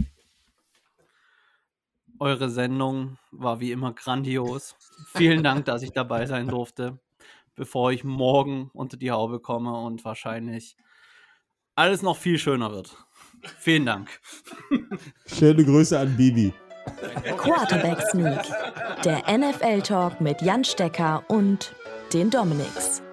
Eure Sendung war wie immer grandios. Vielen Dank, dass ich dabei sein durfte, bevor ich morgen unter die Haube komme und wahrscheinlich alles noch viel schöner wird. Vielen Dank.
Schöne Grüße an Bibi.
Quarterback Sneak, der N F L-Talk mit Jan Stecker und den Dominics.